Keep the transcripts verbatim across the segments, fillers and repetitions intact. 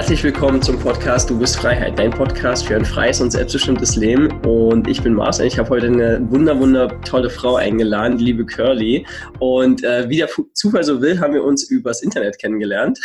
Herzlich willkommen zum Podcast Du bist Freiheit, dein Podcast für ein freies und selbstbestimmtes Leben. Und ich bin Mars und ich habe heute eine wunder, wunder tolle Frau eingeladen, die liebe Curly. Und äh, wie der Zufall so will, haben wir uns übers Internet kennengelernt.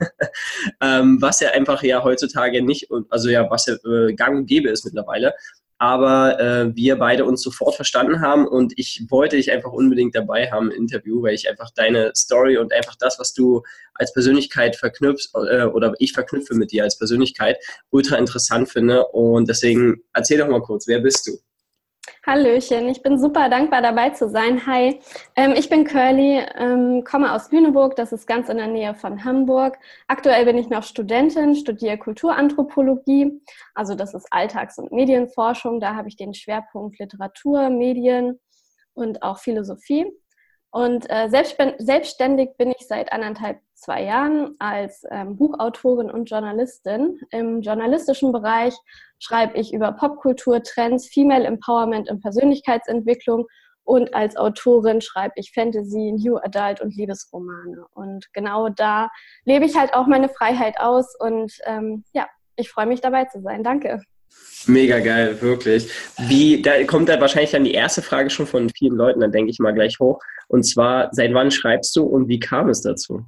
ähm, was ja einfach ja heutzutage nicht, also ja, was ja äh, gang und gäbe ist mittlerweile. Aber äh, wir beide uns sofort verstanden haben und ich wollte dich einfach unbedingt dabei haben im Interview, weil ich einfach deine Story und einfach das, was du als Persönlichkeit verknüpfst äh, oder ich verknüpfe mit dir als Persönlichkeit, ultra interessant finde. Und deswegen erzähl doch mal kurz, wer bist du? Hallöchen, ich bin super dankbar dabei zu sein. Hi, ähm, ich bin Curly, ähm, komme aus Lüneburg, das ist ganz in der Nähe von Hamburg. Aktuell bin ich noch Studentin, studiere Kulturanthropologie, also das ist Alltags- und Medienforschung. Da habe ich den Schwerpunkt Literatur, Medien und auch Philosophie. Und äh, selbstständig bin ich seit anderthalb, zwei Jahren als ähm, Buchautorin und Journalistin. Im journalistischen Bereich schreibe ich über Popkultur, Trends, Female Empowerment und Persönlichkeitsentwicklung und als Autorin schreibe ich Fantasy, New Adult und Liebesromane. Und genau da lebe ich halt auch meine Freiheit aus und ähm, ja, ich freue mich dabei zu sein. Danke. Mega geil, wirklich. Wie, da kommt da wahrscheinlich dann die erste Frage schon von vielen Leuten, dann denke ich mal gleich hoch. Und zwar, seit wann schreibst du und wie kam es dazu?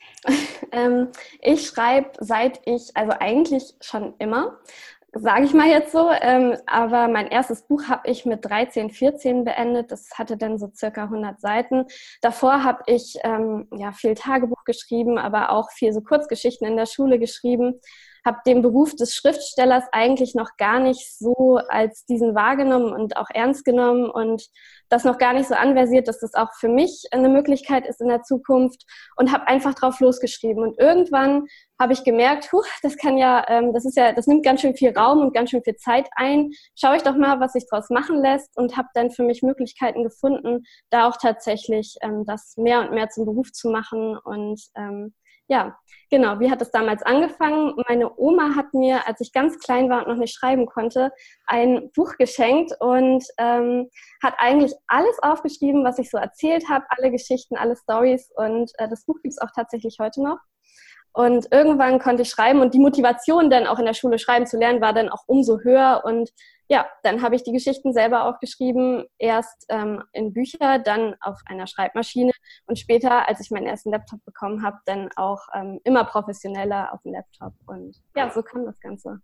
ähm, ich schreibe seit ich, also eigentlich schon immer, sage ich mal jetzt so, ähm, aber mein erstes Buch habe ich mit dreizehn, vierzehn beendet. Das hatte dann so circa hundert Seiten. Davor habe ich ähm, ja, viel Tagebuch geschrieben, aber auch viel so Kurzgeschichten in der Schule geschrieben. Habe den Beruf des Schriftstellers eigentlich noch gar nicht so als diesen wahrgenommen und auch ernst genommen und das noch gar nicht so anversiert, dass das auch für mich eine Möglichkeit ist in der Zukunft und habe einfach drauf losgeschrieben. Und irgendwann habe ich gemerkt, huh, das kann ja, ähm, das ist ja, das nimmt ganz schön viel Raum und ganz schön viel Zeit ein. Schaue ich doch mal, was sich daraus machen lässt und habe dann für mich Möglichkeiten gefunden, da auch tatsächlich ähm, das mehr und mehr zum Beruf zu machen und ähm, ja, genau. Wie hat es damals angefangen? Meine Oma hat mir, als ich ganz klein war und noch nicht schreiben konnte, ein Buch geschenkt und ähm, hat eigentlich alles aufgeschrieben, was ich so erzählt habe, alle Geschichten, alle Storys und äh, das Buch gibt es auch tatsächlich heute noch. Und irgendwann konnte ich schreiben und die Motivation dann auch in der Schule schreiben zu lernen war dann auch umso höher und ja, dann habe ich die Geschichten selber aufgeschrieben, erst ähm, in Bücher, dann auf einer Schreibmaschine und später, als ich meinen ersten Laptop bekommen habe, dann auch ähm, immer professioneller auf dem Laptop und ja, so kam das Ganze.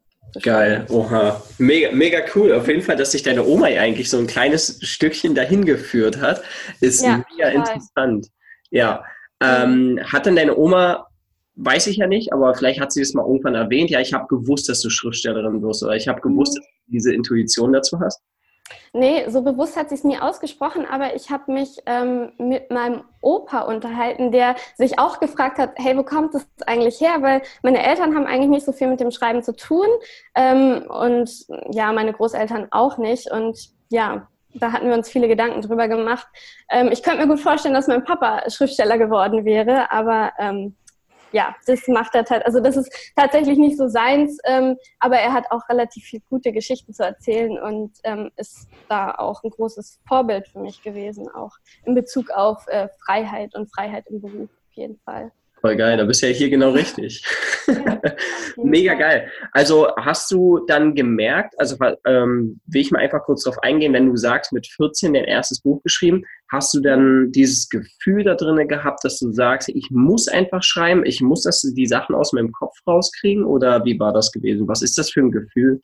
Geil, oha, mega, mega cool. Auf jeden Fall, dass sich deine Oma eigentlich so ein kleines Stückchen dahin geführt hat, ist ja, mega total. interessant. Ja, ähm, hat denn deine Oma, weiß ich ja nicht, aber vielleicht hat sie es mal irgendwann erwähnt, ja, ich habe gewusst, dass du Schriftstellerin wirst oder ich habe gewusst, dass du diese Intuition dazu hast? Nee, so bewusst hat sie es nie ausgesprochen, aber ich habe mich ähm, mit meinem Opa unterhalten, der sich auch gefragt hat, hey, wo kommt das eigentlich her? Weil meine Eltern haben eigentlich nicht so viel mit dem Schreiben zu tun ähm, und ja, meine Großeltern auch nicht und ja, da hatten wir uns viele Gedanken drüber gemacht. Ähm, ich könnte mir gut vorstellen, dass mein Papa Schriftsteller geworden wäre, aber ähm, ja, das macht er halt, also das ist tatsächlich nicht so seins, ähm, aber er hat auch relativ viel gute Geschichten zu erzählen und ähm, ist da auch ein großes Vorbild für mich gewesen, auch in Bezug auf äh, Freiheit und Freiheit im Beruf auf jeden Fall. Voll geil, da bist du ja hier genau richtig. Ja, mega geil. Also hast du dann gemerkt, also ähm, will ich mal einfach kurz drauf eingehen, wenn du sagst, mit vierzehn dein erstes Buch geschrieben, hast du dann dieses Gefühl da drin gehabt, dass du sagst, ich muss einfach schreiben, ich muss das, die Sachen aus meinem Kopf rauskriegen oder wie war das gewesen? Was ist das für ein Gefühl?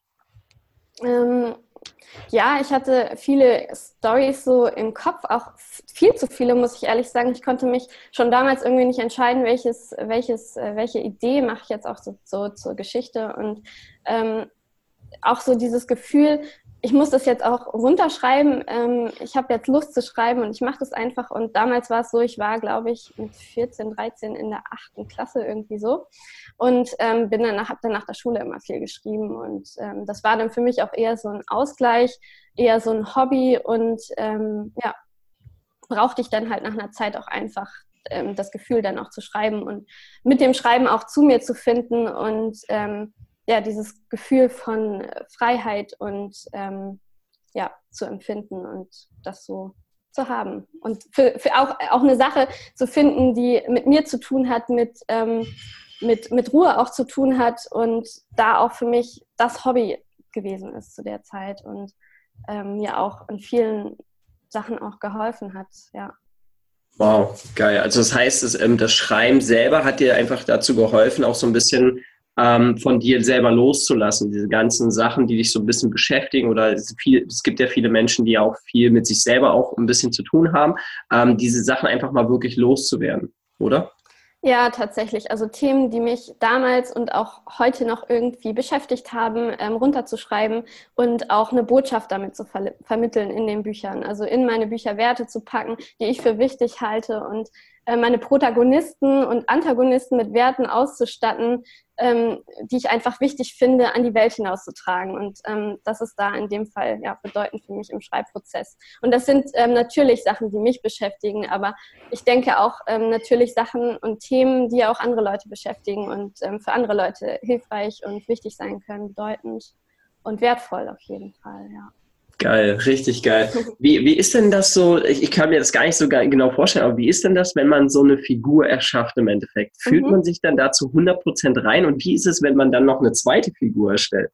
Ähm, Ja, ich hatte viele Storys so im Kopf, auch viel zu viele, muss ich ehrlich sagen. Ich konnte mich schon damals irgendwie nicht entscheiden, welches, welches, welche Idee mache ich jetzt auch so, so zur Geschichte und ähm, auch so dieses Gefühl, ich muss das jetzt auch runterschreiben, ähm, ich habe jetzt Lust zu schreiben und ich mache das einfach und damals war es so, ich war glaube ich mit vierzehn, dreizehn in der achten Klasse irgendwie so und ähm, bin dann, habe dann nach der Schule immer viel geschrieben und ähm, das war dann für mich auch eher so ein Ausgleich, eher so ein Hobby und ähm, ja, brauchte ich dann halt nach einer Zeit auch einfach ähm, das Gefühl dann auch zu schreiben und mit dem Schreiben auch zu mir zu finden und ähm, ja, dieses Gefühl von Freiheit und ähm, ja, zu empfinden und das so zu haben. Und für, für auch, auch eine Sache zu finden, die mit mir zu tun hat, mit, ähm, mit, mit Ruhe auch zu tun hat und da auch für mich das Hobby gewesen ist zu der Zeit und ähm, mir auch in vielen Sachen auch geholfen hat, ja. Wow, geil. Also das heißt, das, ähm, das Schreiben selber hat dir einfach dazu geholfen, auch so ein bisschen ähm, von dir selber loszulassen, diese ganzen Sachen, die dich so ein bisschen beschäftigen oder es, viel, es gibt ja viele Menschen, die auch viel mit sich selber auch ein bisschen zu tun haben, ähm, diese Sachen einfach mal wirklich loszuwerden, oder? Ja, tatsächlich. Also Themen, die mich damals und auch heute noch irgendwie beschäftigt haben, ähm, runterzuschreiben und auch eine Botschaft damit zu ver- vermitteln in den Büchern. Also in meine Bücher Werte zu packen, die ich für wichtig halte und äh, meine Protagonisten und Antagonisten mit Werten auszustatten, ähm, die ich einfach wichtig finde, an die Welt hinauszutragen. Und ähm, das ist da in dem Fall ja bedeutend für mich im Schreibprozess. Und das sind ähm, natürlich Sachen, die mich beschäftigen, aber ich denke auch ähm, natürlich Sachen und Themen, die auch andere Leute beschäftigen und ähm, für andere Leute hilfreich und wichtig sein können, bedeutend und wertvoll auf jeden Fall, ja. Geil, richtig geil. Wie, wie ist denn das so, ich, ich kann mir das gar nicht so gar, genau vorstellen, aber wie ist denn das, wenn man so eine Figur erschafft im Endeffekt? Fühlt Mhm. man sich dann da zu hundert Prozent rein und wie ist es, wenn man dann noch eine zweite Figur erstellt?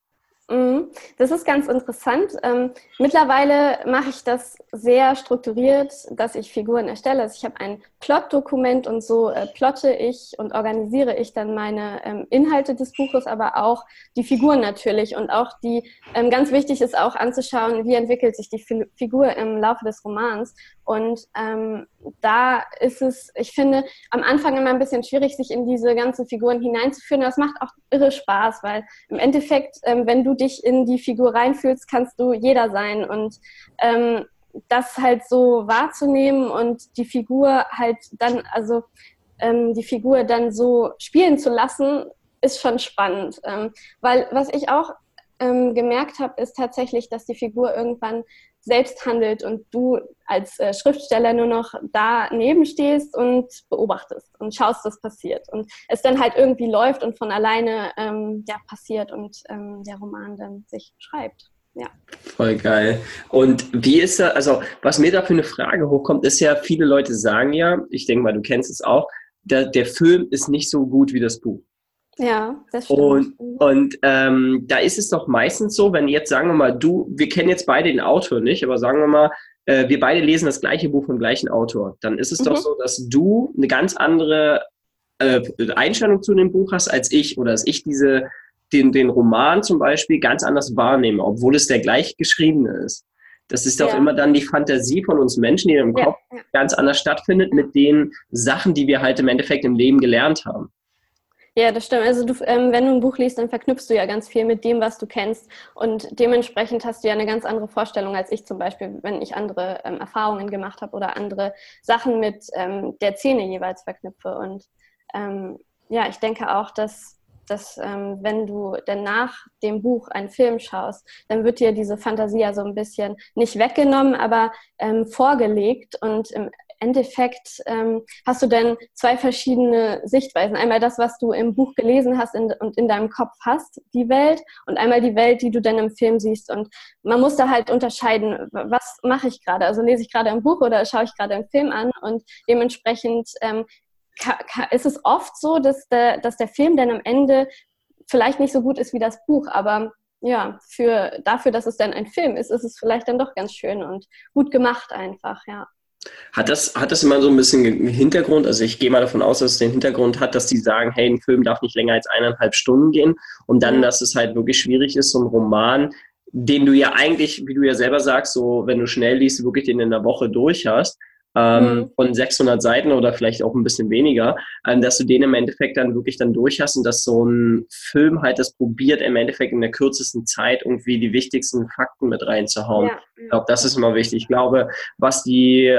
Das ist ganz interessant. Ähm, mittlerweile mache ich das sehr strukturiert, dass ich Figuren erstelle. Also ich habe ein Plot-Dokument und so äh, plotte ich und organisiere ich dann meine ähm, Inhalte des Buches, aber auch die Figuren natürlich. Und auch die, ähm, ganz wichtig ist auch anzuschauen, wie entwickelt sich die Fi- Figur im Laufe des Romans. Und ähm, da ist es, ich finde, am Anfang immer ein bisschen schwierig, sich in diese ganzen Figuren hineinzuführen. Das macht auch irre Spaß, weil im Endeffekt, ähm, wenn du dich in die Figur reinfühlst, kannst du jeder sein. Und ähm, das halt so wahrzunehmen und die Figur halt dann, also ähm, die Figur dann so spielen zu lassen, ist schon spannend. Ähm, weil was ich auch ähm, gemerkt habe, ist tatsächlich, dass die Figur irgendwann selbst handelt und du als äh, Schriftsteller nur noch daneben stehst und beobachtest und schaust, was passiert. Und es dann halt irgendwie läuft und von alleine ähm, ja, passiert und ähm, der Roman dann sich schreibt. Ja. Voll geil. Und wie ist da, also was mir da für eine Frage hochkommt, ist ja, viele Leute sagen ja, ich denke mal, du kennst es auch, der, der Film ist nicht so gut wie das Buch. Ja, das stimmt. Und, und ähm, da ist es doch meistens so, wenn jetzt, sagen wir mal, du, wir kennen jetzt beide den Autor nicht, aber sagen wir mal, äh, wir beide lesen das gleiche Buch vom gleichen Autor, dann ist es Mhm. doch so, dass du eine ganz andere äh, Einstellung zu dem Buch hast als ich oder dass ich diese, den, den Roman zum Beispiel ganz anders wahrnehme, obwohl es der gleich geschriebene ist. Das ist doch Ja. immer dann die Fantasie von uns Menschen, die im Ja, Kopf ja. ganz anders stattfindet mit den Sachen, die wir halt im Endeffekt im Leben gelernt haben. Ja, das stimmt. Also du, ähm, wenn du ein Buch liest, dann verknüpfst du ja ganz viel mit dem, was du kennst. Und dementsprechend hast du ja eine ganz andere Vorstellung als ich zum Beispiel, wenn ich andere ähm, Erfahrungen gemacht habe oder andere Sachen mit ähm, der Szene jeweils verknüpfe. Und ähm, ja, ich denke auch, dass, dass ähm, wenn du dann nach dem Buch einen Film schaust, dann wird dir diese Fantasie ja so ein bisschen nicht weggenommen, aber ähm, vorgelegt. Und im Endeffekt ähm, hast du dann zwei verschiedene Sichtweisen. Einmal das, was du im Buch gelesen hast in, und in deinem Kopf hast, die Welt, und einmal die Welt, die du dann im Film siehst. Und man muss da halt unterscheiden, was mache ich gerade? Also lese ich gerade ein Buch oder schaue ich gerade einen Film an? Und dementsprechend ähm, ka, ka, ist es oft so, dass der, dass der Film dann am Ende vielleicht nicht so gut ist wie das Buch, aber ja, für, dafür, dass es dann ein Film ist, ist es vielleicht dann doch ganz schön und gut gemacht einfach, ja. Hat das, hat das immer so ein bisschen einen Hintergrund? Also ich gehe mal davon aus, dass es den Hintergrund hat, dass die sagen, hey, ein Film darf nicht länger als eineinhalb Stunden gehen und dann, Ja. dass es halt wirklich schwierig ist, so ein Roman, den du ja eigentlich, wie du ja selber sagst, so wenn du schnell liest, wirklich den in einer Woche durch hast, ähm, Mhm. von sechshundert Seiten oder vielleicht auch ein bisschen weniger, ähm, dass du den im Endeffekt dann wirklich dann durch hast und dass so ein Film halt das probiert, im Endeffekt in der kürzesten Zeit irgendwie die wichtigsten Fakten mit reinzuhauen. Ja. Ich glaube, das ist immer wichtig. Ich glaube, was die,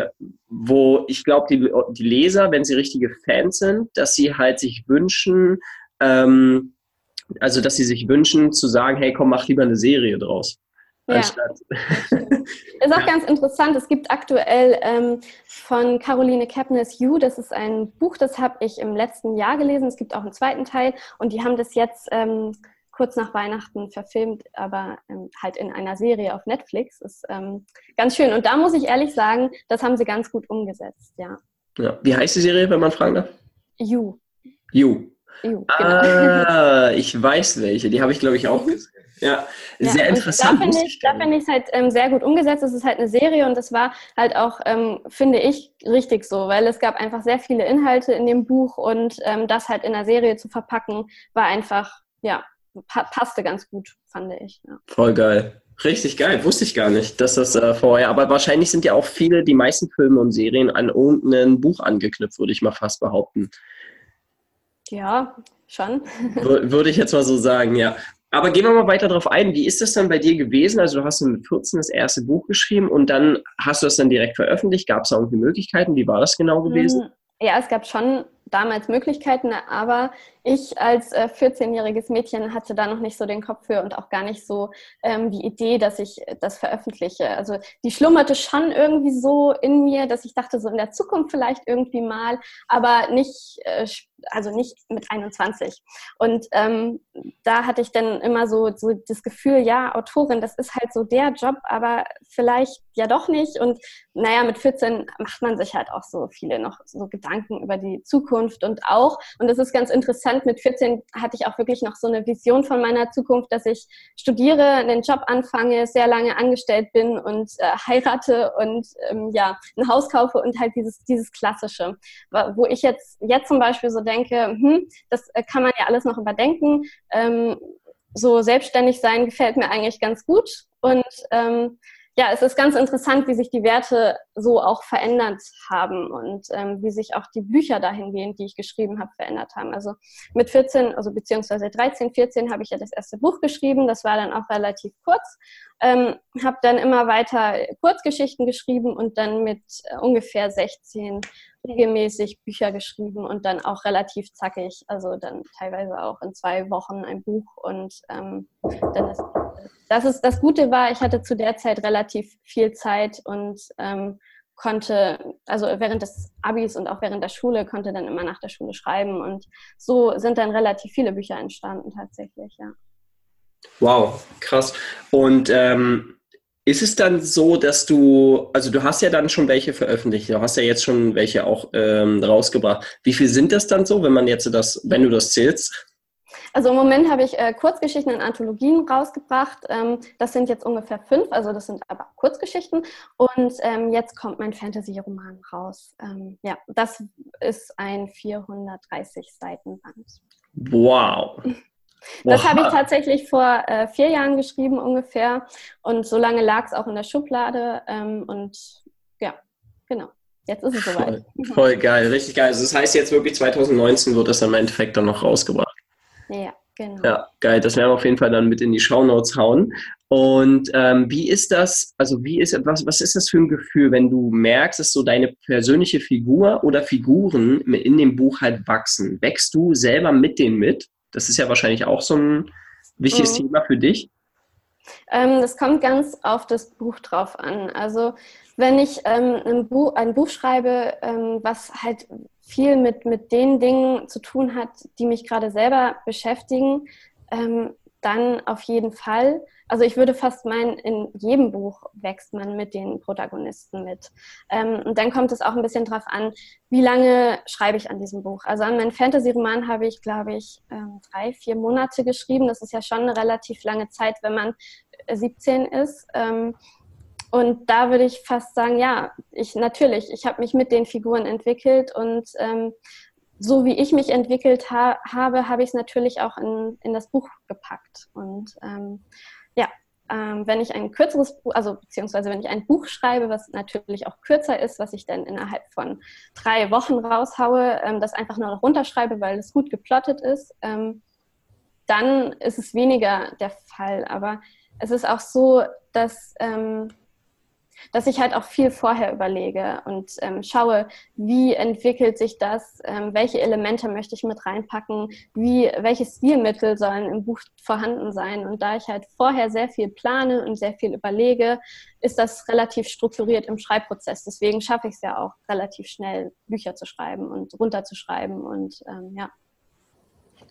wo ich glaube, die, die Leser, wenn sie richtige Fans sind, dass sie halt sich wünschen, ähm, also dass sie sich wünschen zu sagen, hey, komm, mach lieber eine Serie draus. Ja, Anstatt. ist auch ganz interessant. Es gibt aktuell ähm, von Caroline Kepnes You, das ist ein Buch, das habe ich im letzten Jahr gelesen. Es gibt auch einen zweiten Teil und die haben das jetzt ähm, kurz nach Weihnachten verfilmt, aber ähm, halt in einer Serie auf Netflix. Ist ähm, ganz schön. Und da muss ich ehrlich sagen, das haben sie ganz gut umgesetzt, ja. Ja. Wie heißt die Serie, wenn man fragen darf? You. You. You, genau. Ah, ich weiß welche. Die habe ich, glaube ich, auch gesehen. Ja, Ja, sehr und interessant. da finde ich, da finde ich es halt ähm, sehr gut umgesetzt. Es ist halt eine Serie und das war halt auch, ähm, finde ich, richtig so, weil es gab einfach sehr viele Inhalte in dem Buch und ähm, das halt in der Serie zu verpacken, war einfach, ja, pa- passte ganz gut, fand ich. Ja. Voll geil. Richtig geil. Wusste ich gar nicht, dass das äh, vorher, aber wahrscheinlich sind ja auch viele, die meisten Filme und Serien an irgendein Buch angeknüpft, würde ich mal fast behaupten. Ja, schon. Wür- Würde ich jetzt mal so sagen, ja. Aber gehen wir mal weiter darauf ein. Wie ist das dann bei dir gewesen? Also du hast dann mit vierzehn das erste Buch geschrieben und dann hast du es dann direkt veröffentlicht. Gab es da irgendwie Möglichkeiten? Wie war das genau gewesen? Hm, Ja, es gab schon damals Möglichkeiten, aber ich als äh, vierzehn-jähriges Mädchen hatte da noch nicht so den Kopf für und auch gar nicht so ähm, die Idee, dass ich das veröffentliche. Also die schlummerte schon irgendwie so in mir, dass ich dachte, so in der Zukunft vielleicht irgendwie mal, aber nicht, äh, also nicht mit einundzwanzig. Und ähm, da hatte ich dann immer so, so das Gefühl, ja, Autorin, das ist halt so der Job, aber vielleicht ja doch nicht. Und naja, mit vierzehn macht man sich halt auch so viele noch so Gedanken über die Zukunft und auch, und das ist ganz interessant, mit vierzehn hatte ich auch wirklich noch so eine Vision von meiner Zukunft, dass ich studiere, einen Job anfange, sehr lange angestellt bin und äh, heirate und ähm, ja, ein Haus kaufe und halt dieses, dieses Klassische, wo ich jetzt, jetzt zum Beispiel so denke, hm, das äh, kann man ja alles noch überdenken, ähm, so selbstständig sein gefällt mir eigentlich ganz gut und ähm, ja, es ist ganz interessant, wie sich die Werte so auch verändert haben und ähm, wie sich auch die Bücher dahingehend, die ich geschrieben habe, verändert haben. Also mit vierzehn, also beziehungsweise dreizehn, vierzehn habe ich ja das erste Buch geschrieben. Das war dann auch relativ kurz. Ähm, habe dann immer weiter Kurzgeschichten geschrieben und dann mit äh, ungefähr sechzehn regelmäßig Bücher geschrieben und dann auch relativ zackig, also dann teilweise auch in zwei Wochen ein Buch und ähm, dann ist das ist das Gute war, ich hatte zu der Zeit relativ viel Zeit und ähm, konnte, also während des Abis und auch während der Schule, konnte dann immer nach der Schule schreiben und so sind dann relativ viele Bücher entstanden tatsächlich, ja. Wow, krass. Und ähm, ist es dann so, dass du, also du hast ja dann schon welche veröffentlicht, du hast ja jetzt schon welche auch ähm, rausgebracht. Wie viel sind das dann so, wenn man jetzt das, wenn du das zählst? Also im Moment habe ich äh, Kurzgeschichten in Anthologien rausgebracht. Ähm, das sind jetzt ungefähr fünf, also das sind aber Kurzgeschichten. Und ähm, jetzt kommt mein Fantasy-Roman raus. Ähm, ja, das ist ein vierhundertdreißig Seiten Band. Wow. Das habe ich Wow. tatsächlich vor äh, vier Jahren geschrieben ungefähr. Und so lange lag es auch in der Schublade. Ähm, und ja, genau. Jetzt ist es soweit. Voll, voll geil, richtig geil. Also das heißt jetzt wirklich zwanzig neunzehn wird das dann im Endeffekt dann noch rausgebracht. Ja, genau. Ja, geil. Das werden wir auf jeden Fall dann mit in die Shownotes hauen. Und ähm, wie ist das, also wie ist, was, was ist das für ein Gefühl, wenn du merkst, dass so deine persönliche Figur oder Figuren in dem Buch halt wachsen? Wächst du selber mit denen mit? Das ist ja wahrscheinlich auch so ein wichtiges Mhm. Thema für dich. Ähm, das kommt ganz auf das Buch drauf an. Also wenn ich ähm, ein, Buch, ein Buch schreibe, ähm, was halt viel mit, mit den Dingen zu tun hat, die mich gerade selber beschäftigen, ähm, dann auf jeden Fall. Also ich würde fast meinen, in jedem Buch wächst man mit den Protagonisten mit. Ähm, und dann kommt es auch ein bisschen drauf an, wie lange schreibe ich an diesem Buch. Also an meinem Fantasy-Roman habe ich, glaube ich, ähm, drei, vier Monate geschrieben. Das ist ja schon eine relativ lange Zeit, wenn man siebzehn ist. Ähm, und da würde ich fast sagen, ja, ich natürlich, ich habe mich mit den Figuren entwickelt und ähm, so wie ich mich entwickelt ha- habe, habe ich es natürlich auch in, in das Buch gepackt. Und ähm, ja, ähm, wenn ich ein kürzeres Buch, also beziehungsweise wenn ich ein Buch schreibe, was natürlich auch kürzer ist, was ich dann innerhalb von drei Wochen raushaue, ähm, das einfach nur noch runterschreibe, weil es gut geplottet ist, ähm, dann ist es weniger der Fall. Aber es ist auch so, dass ähm, dass ich halt auch viel vorher überlege und ähm, schaue, wie entwickelt sich das, ähm, welche Elemente möchte ich mit reinpacken, wie, welche Stilmittel sollen im Buch vorhanden sein. Und da ich halt vorher sehr viel plane und sehr viel überlege, ist das relativ strukturiert im Schreibprozess. Deswegen schaffe ich es ja auch relativ schnell, Bücher zu schreiben und runterzuschreiben und ähm, ja.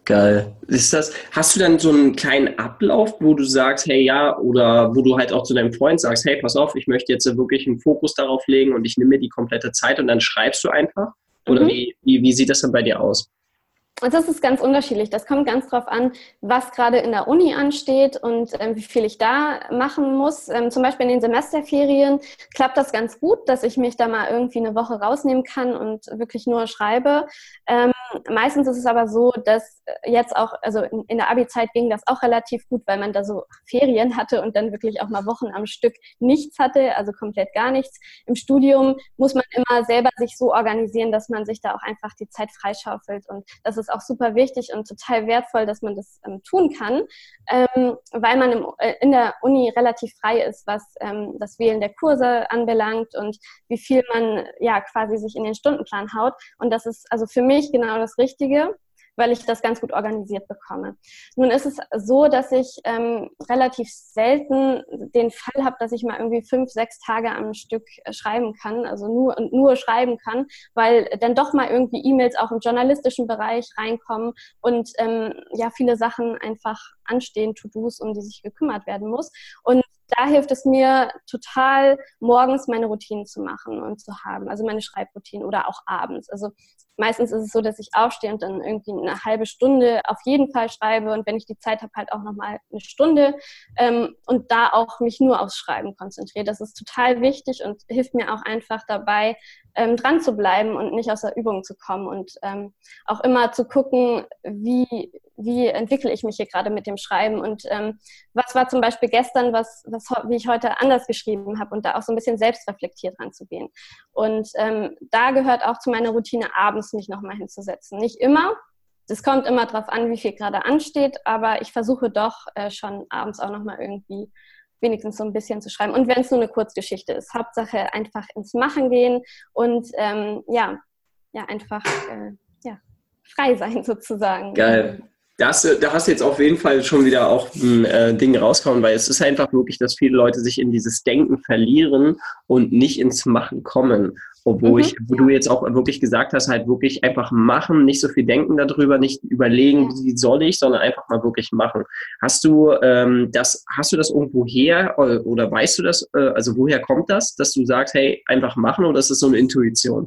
Geil. Ist das, hast du dann so einen kleinen Ablauf, wo du sagst, hey ja, oder wo du halt auch zu deinem Freund sagst, hey, pass auf, ich möchte jetzt wirklich einen Fokus darauf legen und ich nehme mir die komplette Zeit und dann schreibst du einfach? Oder Mhm. wie, wie, wie sieht das dann bei dir aus? Und das ist ganz unterschiedlich. Das kommt ganz drauf an, was gerade in der Uni ansteht und ähm, wie viel ich da machen muss. Ähm, zum Beispiel in den Semesterferien klappt das ganz gut, dass ich mich da mal irgendwie eine Woche rausnehmen kann und wirklich nur schreibe. Ähm, meistens ist es aber so, dass jetzt auch, also in, in der Abi-Zeit ging das auch relativ gut, weil man da so Ferien hatte und dann wirklich auch mal Wochen am Stück nichts hatte, also komplett gar nichts. Im Studium muss man immer selber sich so organisieren, dass man sich da auch einfach die Zeit freischaufelt, und das ist auch super wichtig und total wertvoll, dass man das ähm, tun kann, ähm, weil man im, äh, in der Uni relativ frei ist, was ähm, das Wählen der Kurse anbelangt und wie viel man ja quasi sich in den Stundenplan haut. Und das ist also für mich genau das Richtige, weil ich das ganz gut organisiert bekomme. Nun ist es so, dass ich ähm, relativ selten den Fall habe, dass ich mal irgendwie fünf, sechs Tage am Stück äh, schreiben kann, also nur und nur schreiben kann, weil dann doch mal irgendwie E-Mails auch im journalistischen Bereich reinkommen und ähm, ja, viele Sachen einfach anstehen, To-Dos, um die sich gekümmert werden muss. Und da hilft es mir total, morgens meine Routinen zu machen und zu haben, also meine Schreibroutinen, oder auch abends. Also meistens ist es so, dass ich aufstehe und dann irgendwie eine halbe Stunde auf jeden Fall schreibe, und wenn ich die Zeit habe, halt auch nochmal eine Stunde, ähm, und da auch mich nur aufs Schreiben konzentriere. Das ist total wichtig und hilft mir auch einfach dabei, ähm, dran zu bleiben und nicht aus der Übung zu kommen, und ähm, auch immer zu gucken, wie, wie entwickle ich mich hier gerade mit dem Schreiben, und ähm, was war zum Beispiel gestern, was, was, wie ich heute anders geschrieben habe, und da auch so ein bisschen selbstreflektiert ranzugehen. Und ähm, da gehört auch zu meiner Routine, abends mich nochmal hinzusetzen. Nicht immer, das kommt immer drauf an, wie viel gerade ansteht, aber ich versuche doch äh, schon abends auch nochmal irgendwie wenigstens so ein bisschen zu schreiben. Und wenn es nur eine Kurzgeschichte ist, Hauptsache einfach ins Machen gehen und ähm, ja, ja, einfach äh, ja, frei sein sozusagen. Geil. Da hast, du, da hast du jetzt auf jeden Fall schon wieder auch ein äh, Ding rausgehauen, weil es ist einfach wirklich, dass viele Leute sich in dieses Denken verlieren und nicht ins Machen kommen. Obwohl Mhm, ich, wo ja, du jetzt auch wirklich gesagt hast, halt wirklich einfach machen, nicht so viel denken darüber, nicht überlegen, ja. wie soll ich, sondern einfach mal wirklich machen. Hast du ähm, das, hast du das irgendwo her oder, oder weißt du das, äh, also woher kommt das, dass du sagst, hey, einfach machen, oder ist das so eine Intuition?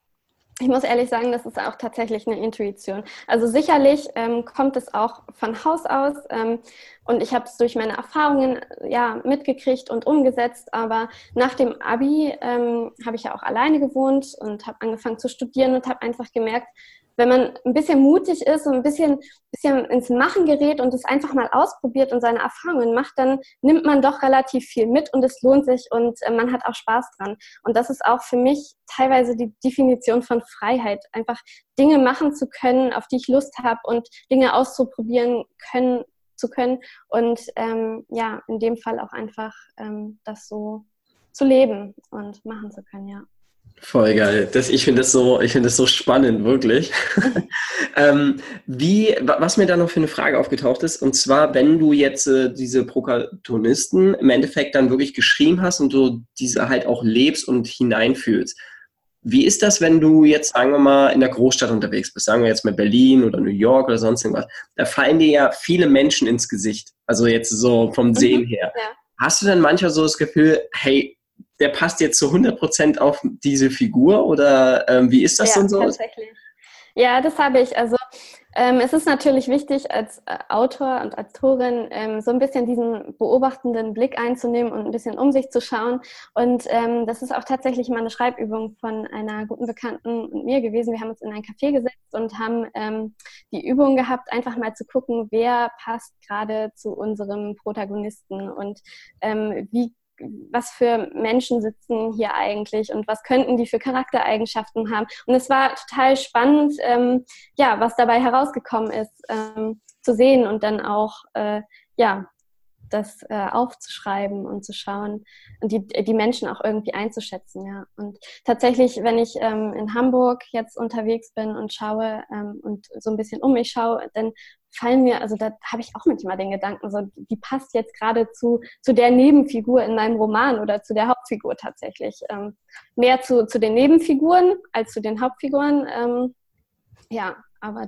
Ich muss ehrlich sagen, das ist auch tatsächlich eine Intuition. Also sicherlich ähm, kommt es auch von Haus aus, ähm, und ich habe es durch meine Erfahrungen ja mitgekriegt und umgesetzt. Aber nach dem Abi ähm, habe ich ja auch alleine gewohnt und habe angefangen zu studieren und habe einfach gemerkt, wenn man ein bisschen mutig ist und ein bisschen, bisschen ins Machen gerät und es einfach mal ausprobiert und seine Erfahrungen macht, dann nimmt man doch relativ viel mit und es lohnt sich, und äh, man hat auch Spaß dran. Und das ist auch für mich teilweise die Definition von Freiheit, einfach Dinge machen zu können, auf die ich Lust habe, und Dinge auszuprobieren können, zu können, und ähm, ja, in dem Fall auch einfach ähm, das so zu leben und machen zu können, ja. Voll geil. Das, ich finde das so, ich finde das so spannend, wirklich. ähm, wie, wa- was mir da noch für eine Frage aufgetaucht ist, und zwar, wenn du jetzt äh, diese Protagonisten im Endeffekt dann wirklich geschrieben hast und du diese halt auch lebst und hineinfühlst. Wie ist das, wenn du jetzt, sagen wir mal, in der Großstadt unterwegs bist, sagen wir jetzt mal Berlin oder New York oder sonst irgendwas, da fallen dir ja viele Menschen ins Gesicht, also jetzt so vom Mhm. Sehen her. Ja. Hast du dann manchmal so das Gefühl, hey, der passt jetzt zu hundert Prozent auf diese Figur, oder ähm, wie ist das Ja, dann so? tatsächlich. Ja, das habe ich. Also ähm, es ist natürlich wichtig, als äh, Autor und als Autorin ähm, so ein bisschen diesen beobachtenden Blick einzunehmen und ein bisschen um sich zu schauen. Und ähm, das ist auch tatsächlich mal eine Schreibübung von einer guten Bekannten und mir gewesen. Wir haben uns in ein Café gesetzt und haben ähm, die Übung gehabt, einfach mal zu gucken, wer passt gerade zu unserem Protagonisten, und ähm, wie was für Menschen sitzen hier eigentlich und was könnten die für Charaktereigenschaften haben. Und es war total spannend, ähm, ja, was dabei herausgekommen ist, ähm, zu sehen und dann auch, äh, ja, das äh, aufzuschreiben und zu schauen und die, die Menschen auch irgendwie einzuschätzen, ja. Und tatsächlich, wenn ich ähm, in Hamburg jetzt unterwegs bin und schaue ähm, und so ein bisschen um mich schaue, dann fallen mir, also da habe ich auch manchmal den Gedanken, so, die passt jetzt gerade zu, zu der Nebenfigur in meinem Roman oder zu der Hauptfigur tatsächlich. Ähm, mehr zu, zu den Nebenfiguren als zu den Hauptfiguren, ähm, ja, aber da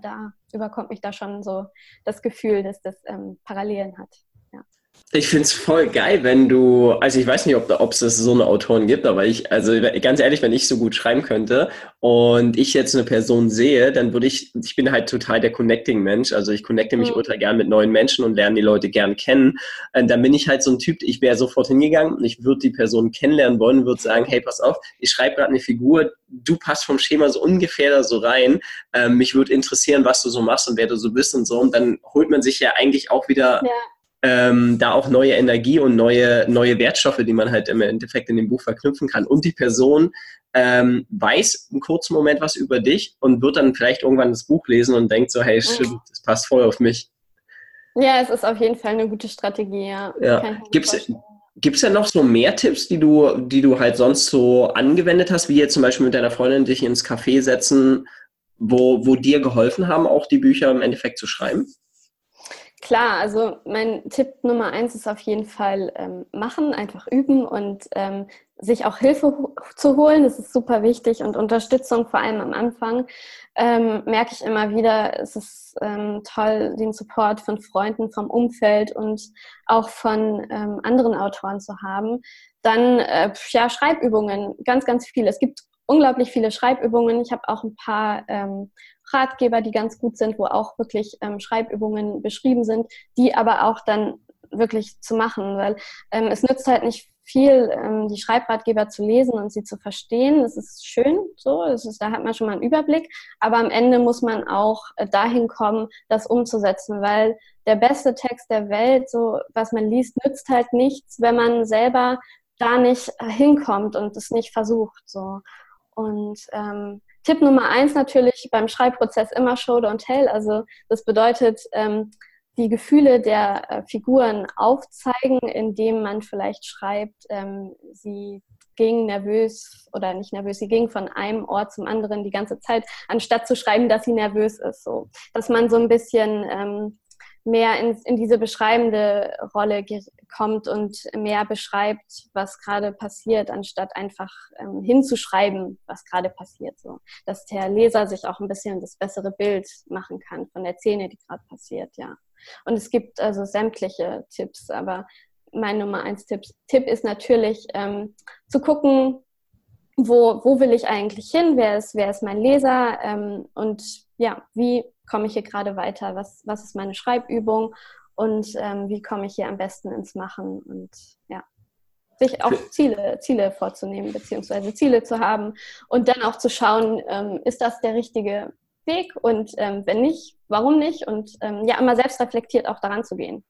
überkommt mich da schon so das Gefühl, dass das ähm, Parallelen hat. Ja. Ich finde es voll geil, wenn du, also ich weiß nicht, ob ob es das so eine Autoren gibt, aber ich, also ganz ehrlich, wenn ich so gut schreiben könnte und ich jetzt eine Person sehe, dann würde ich, ich bin halt total der Connecting-Mensch, also ich connecte mich Mhm. ultra gern mit neuen Menschen und lerne die Leute gern kennen. Und dann bin ich halt so ein Typ, ich wäre sofort hingegangen und ich würde die Person kennenlernen wollen, würde sagen, hey, pass auf, ich schreibe gerade eine Figur, du passt vom Schema so ungefähr da so rein, ähm, mich würde interessieren, was du so machst und wer du so bist und so, und dann holt man sich ja eigentlich auch wieder Ja. ähm, da auch neue Energie und neue, neue Wertstoffe, die man halt im Endeffekt in dem Buch verknüpfen kann. Und die Person ähm, weiß einen kurzen Moment was über dich und wird dann vielleicht irgendwann das Buch lesen und denkt so, hey, stimmt, das passt voll auf mich. Ja, es ist auf jeden Fall eine gute Strategie, ja. Ja. Kann ich mir Gibt's, vorstellen. gibt's denn noch so mehr Tipps, die du, die du halt sonst so angewendet hast, wie jetzt zum Beispiel mit deiner Freundin dich ins Café setzen, wo, wo dir geholfen haben, auch die Bücher im Endeffekt zu schreiben? Klar, also mein Tipp Nummer eins ist auf jeden Fall ähm, machen, einfach üben und ähm, sich auch Hilfe ho- zu holen. Das ist super wichtig, und Unterstützung, vor allem am Anfang, ähm, merke ich immer wieder. Es ist ähm, toll, den Support von Freunden, vom Umfeld und auch von ähm, anderen Autoren zu haben. Dann äh, ja, Schreibübungen, ganz, ganz viele. Es gibt unglaublich viele Schreibübungen. Ich habe auch ein paar ähm, Ratgeber, die ganz gut sind, wo auch wirklich ähm, Schreibübungen beschrieben sind, die aber auch dann wirklich zu machen, weil ähm, es nützt halt nicht viel, ähm, die Schreibratgeber zu lesen und sie zu verstehen. Das ist schön, so, das ist, da hat man schon mal einen Überblick, aber am Ende muss man auch äh, dahin kommen, das umzusetzen, weil der beste Text der Welt, so was man liest, nützt halt nichts, wenn man selber da nicht äh, hinkommt und es nicht versucht, so. Und ähm, Tipp Nummer eins natürlich beim Schreibprozess immer Show don't tell. Also das bedeutet, ähm, die Gefühle der äh, Figuren aufzeigen, indem man vielleicht schreibt, ähm, sie ging nervös oder nicht nervös, sie ging von einem Ort zum anderen die ganze Zeit, anstatt zu schreiben, dass sie nervös ist. So. Dass man so ein bisschen ähm, mehr in, in diese beschreibende Rolle ge- kommt und mehr beschreibt, was gerade passiert, anstatt einfach ähm, hinzuschreiben, was gerade passiert. So. Dass der Leser sich auch ein bisschen das bessere Bild machen kann von der Szene, die gerade passiert, ja. Und es gibt also sämtliche Tipps, aber mein Nummer eins Tipp, Tipp ist natürlich ähm, zu gucken, wo, wo will ich eigentlich hin, wer ist, wer ist mein Leser ähm, und ja, wie komme ich hier gerade weiter, was, was ist meine Schreibübung und ähm, wie komme ich hier am besten ins Machen und ja, sich auch Ziele, Ziele vorzunehmen, beziehungsweise Ziele zu haben und dann auch zu schauen, ähm, ist das der richtige Weg und ähm, wenn nicht, warum nicht und ähm, ja, immer selbst reflektiert auch daran zu gehen.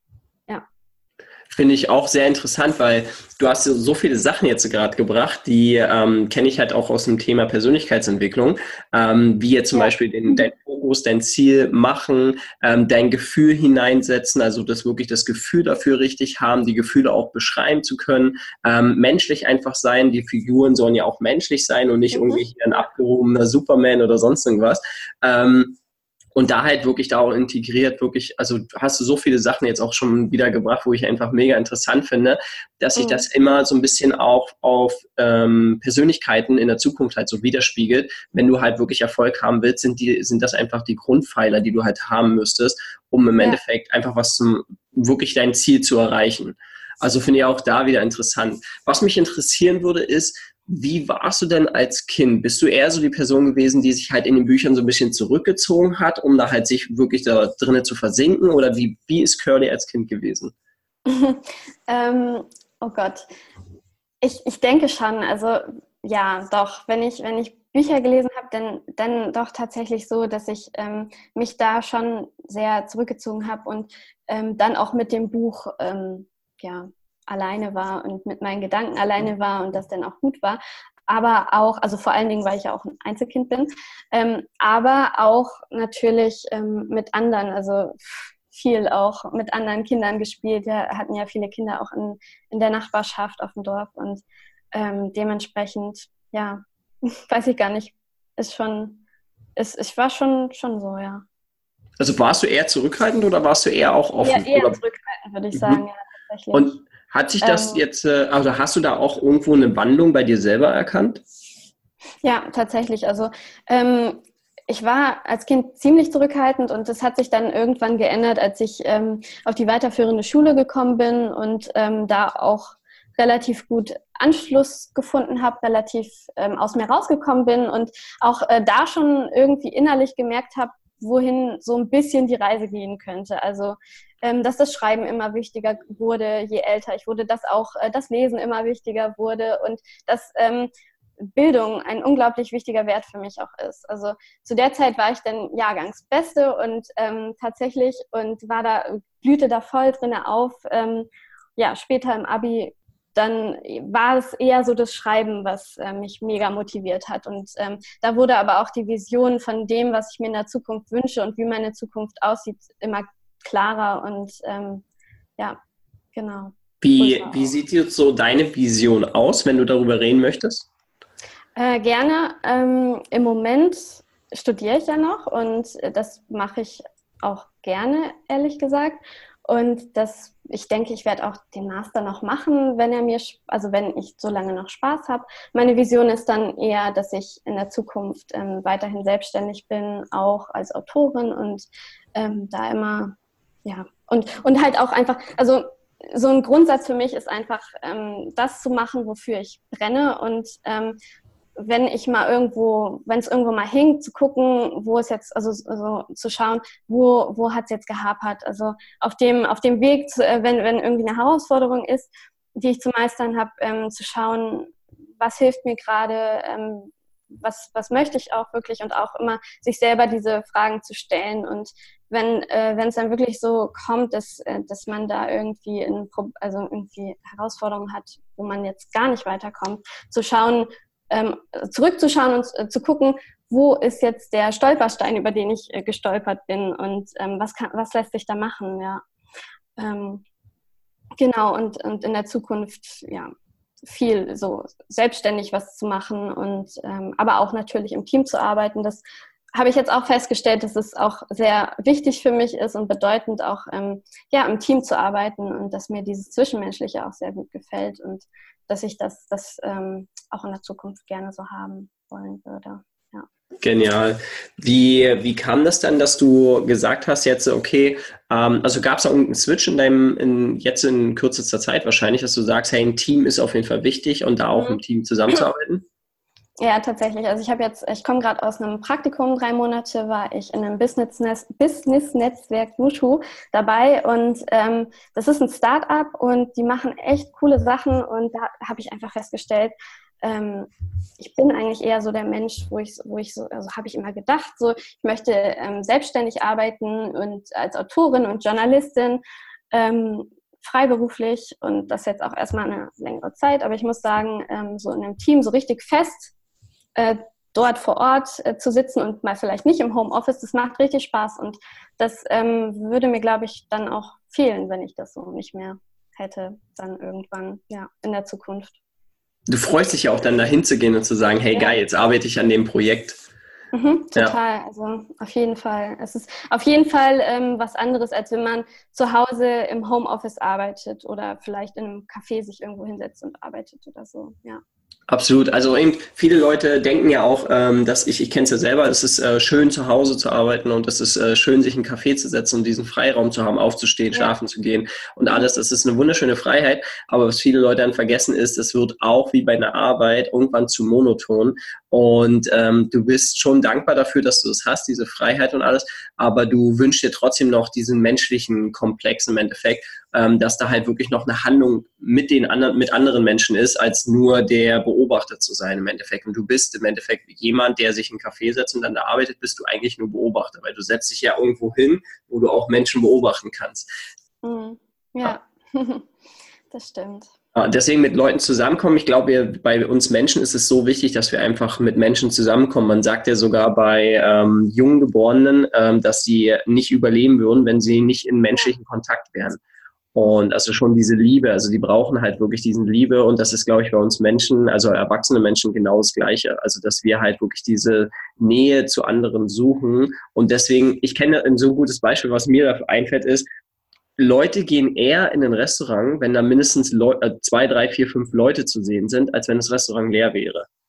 Ja. Finde ich auch sehr interessant, weil du hast so so viele Sachen jetzt gerade gebracht, die ähm, kenne ich halt auch aus dem Thema Persönlichkeitsentwicklung, ähm, wie jetzt zum Ja. Beispiel den, dein Fokus, dein Ziel machen, ähm, dein Gefühl hineinsetzen, also das wirklich das Gefühl dafür richtig haben, die Gefühle auch beschreiben zu können, ähm, menschlich einfach sein, die Figuren sollen ja auch menschlich sein und nicht Mhm. irgendwie hier ein abgehobener Superman oder sonst irgendwas. Ähm, Und da halt wirklich da auch integriert, wirklich, also hast du so viele Sachen jetzt auch schon wieder gebracht, wo ich einfach mega interessant finde, dass sich Mhm. das immer so ein bisschen auch auf ähm, Persönlichkeiten in der Zukunft halt so widerspiegelt. Wenn du halt wirklich Erfolg haben willst, sind die, sind das einfach die Grundpfeiler, die du halt haben müsstest, um im Ja. Endeffekt einfach was zum, wirklich dein Ziel zu erreichen. Also finde ich auch da wieder interessant. Was mich interessieren würde, ist, wie warst du denn als Kind? Bist du eher so die Person gewesen, die sich halt in den Büchern so ein bisschen zurückgezogen hat, um da halt sich wirklich da drinnen zu versinken? Oder wie, wie ist Curly als Kind gewesen? ähm, oh Gott. Ich, ich denke schon, also ja, doch, wenn ich, wenn ich Bücher gelesen habe, dann, dann doch tatsächlich so, dass ich ähm, mich da schon sehr zurückgezogen habe und ähm, dann auch mit dem Buch ähm, ja, alleine war und mit meinen Gedanken alleine war und das dann auch gut war. Aber auch, also vor allen Dingen, weil ich ja auch ein Einzelkind bin, ähm, aber auch natürlich ähm, mit anderen, also viel auch mit anderen Kindern gespielt. Wir hatten ja viele Kinder auch in, in der Nachbarschaft auf dem Dorf und ähm, dementsprechend, ja, weiß ich gar nicht, ist schon, ist, ich war schon, schon so, ja. Also warst du eher zurückhaltend oder warst du eher auch offen? Eher, eher Oder? zurückhaltend, würde ich Mhm. sagen, ja, tatsächlich. Und hat sich das Ähm, jetzt, äh, also hast du da auch irgendwo eine Wandlung bei dir selber erkannt? Ja, tatsächlich. Also ähm, ich war als Kind ziemlich zurückhaltend und das hat sich dann irgendwann geändert, als ich ähm, auf die weiterführende Schule gekommen bin und ähm, da auch relativ gut Anschluss gefunden habe, relativ ähm, aus mir rausgekommen bin und auch äh, da schon irgendwie innerlich gemerkt habe, wohin so ein bisschen die Reise gehen könnte. Also, ähm, dass das Schreiben immer wichtiger wurde, je älter ich wurde, dass auch äh, das Lesen immer wichtiger wurde und dass ähm, Bildung ein unglaublich wichtiger Wert für mich auch ist. Also zu der Zeit war ich dann Jahrgangsbeste und ähm, tatsächlich und war da, blühte da voll drin auf. Ähm, ja, später im Abi, dann war es eher so das Schreiben, was äh, mich mega motiviert hat. Und ähm, da wurde aber auch die Vision von dem, was ich mir in der Zukunft wünsche und wie meine Zukunft aussieht, immer klarer und ähm, ja, genau. Wie, wie sieht jetzt so deine Vision aus, wenn du darüber reden möchtest? Äh, gerne. Ähm, im Moment studiere ich ja noch und das mache ich auch gerne, ehrlich gesagt. Und das, ich denke, ich werde auch den Master noch machen, wenn er mir, also wenn ich so lange noch Spaß habe. Meine Vision ist dann eher, dass ich in der Zukunft ähm, weiterhin selbstständig bin, auch als Autorin und ähm, da immer, ja, und, und halt auch einfach, also so ein Grundsatz für mich ist einfach, ähm, das zu machen, wofür ich brenne und ähm, wenn ich mal irgendwo, wenn es irgendwo mal hinkt, zu gucken, wo es jetzt, also, also zu schauen, wo, wo hat es jetzt gehapert. Also auf dem, auf dem Weg, zu, äh, wenn, wenn irgendwie eine Herausforderung ist, die ich zu meistern habe, ähm, zu schauen, was hilft mir gerade, ähm, was, was möchte ich auch wirklich und auch immer sich selber diese Fragen zu stellen. Und wenn äh, wenn es dann wirklich so kommt, dass, äh, dass man da irgendwie, in, also irgendwie Herausforderungen hat, wo man jetzt gar nicht weiterkommt, zu schauen, Ähm, zurückzuschauen und äh, zu gucken, wo ist jetzt der Stolperstein, über den ich äh, gestolpert bin und ähm, was, kann, was lässt sich da machen, ja. Ähm, genau, und, und in der Zukunft, ja, viel so selbstständig was zu machen und ähm, aber auch natürlich im Team zu arbeiten. Das habe ich jetzt auch festgestellt, dass es auch sehr wichtig für mich ist und bedeutend auch ähm, ja, im Team zu arbeiten und dass mir dieses Zwischenmenschliche auch sehr gut gefällt und dass ich das, das ähm, auch in der Zukunft gerne so haben wollen würde. Ja. Genial. Wie, wie kam das dann, dass du gesagt hast, jetzt, okay, ähm, also gab es da irgendeinen Switch in deinem, in, jetzt in kürzester Zeit wahrscheinlich, dass du sagst, hey, ein Team ist auf jeden Fall wichtig und da auch Mhm. im Team zusammenzuarbeiten? Ja, tatsächlich. Also ich habe jetzt, ich komme gerade aus einem Praktikum, drei Monate war ich in einem Business-Netzwerk Business Wushu dabei und ähm, das ist ein Start-up und die machen echt coole Sachen und da habe ich einfach festgestellt, ähm, ich bin eigentlich eher so der Mensch, wo ich, wo ich so, also habe ich immer gedacht, so ich möchte ähm, selbstständig arbeiten und als Autorin und Journalistin, ähm, freiberuflich und das jetzt auch erstmal eine längere Zeit, aber ich muss sagen, ähm, so in einem Team so richtig fest Äh, dort vor Ort äh, zu sitzen und mal vielleicht nicht im Homeoffice, das macht richtig Spaß und das ähm, würde mir, glaube ich, dann auch fehlen, wenn ich das so nicht mehr hätte, dann irgendwann, ja, in der Zukunft. Du freust dich ja auch dann dahin zu gehen und zu sagen, hey Ja. geil, jetzt arbeite ich an dem Projekt. Mhm, total, Ja. also auf jeden Fall. Es ist auf jeden Fall ähm, was anderes, als wenn man zu Hause im Homeoffice arbeitet oder vielleicht in einem Café sich irgendwo hinsetzt und arbeitet oder so, ja. Absolut. Also eben viele Leute denken ja auch, ähm, dass ich, ich kenne es ja selber, es ist äh, schön zu Hause zu arbeiten und es ist äh, schön, sich in einen Café zu setzen und diesen Freiraum zu haben, aufzustehen, Ja. schlafen zu gehen und alles. Das ist eine wunderschöne Freiheit. Aber was viele Leute dann vergessen ist, es wird auch wie bei einer Arbeit irgendwann zu monoton. Und ähm, du bist schon dankbar dafür, dass du es hast, diese Freiheit und alles. Aber du wünschst dir trotzdem noch diesen menschlichen Komplex im Endeffekt, ähm, dass da halt wirklich noch eine Handlung mit den anderen, mit anderen Menschen ist, als nur der Beobachter zu sein im Endeffekt. Und du bist im Endeffekt jemand, der sich in einen Café setzt und dann da arbeitet, bist du eigentlich nur Beobachter, weil du setzt dich ja irgendwo hin, wo du auch Menschen beobachten kannst. Mhm. Ja, ja. Das stimmt. Deswegen mit Leuten zusammenkommen. Ich glaube, bei uns Menschen ist es so wichtig, dass wir einfach mit Menschen zusammenkommen. Man sagt ja sogar bei ähm, jungen Geborenen, ähm, dass sie nicht überleben würden, wenn sie nicht in menschlichen Kontakt wären. Und also schon diese Liebe, also die brauchen halt wirklich diesen Liebe und das ist, glaube ich, bei uns Menschen, also erwachsene Menschen genau das Gleiche. Also dass wir halt wirklich diese Nähe zu anderen suchen und deswegen, ich kenne ein so gutes Beispiel, was mir da einfällt, ist, Leute gehen eher in ein Restaurant, wenn da mindestens Leu- äh, zwei, drei, vier, fünf Leute zu sehen sind, als wenn das Restaurant leer wäre.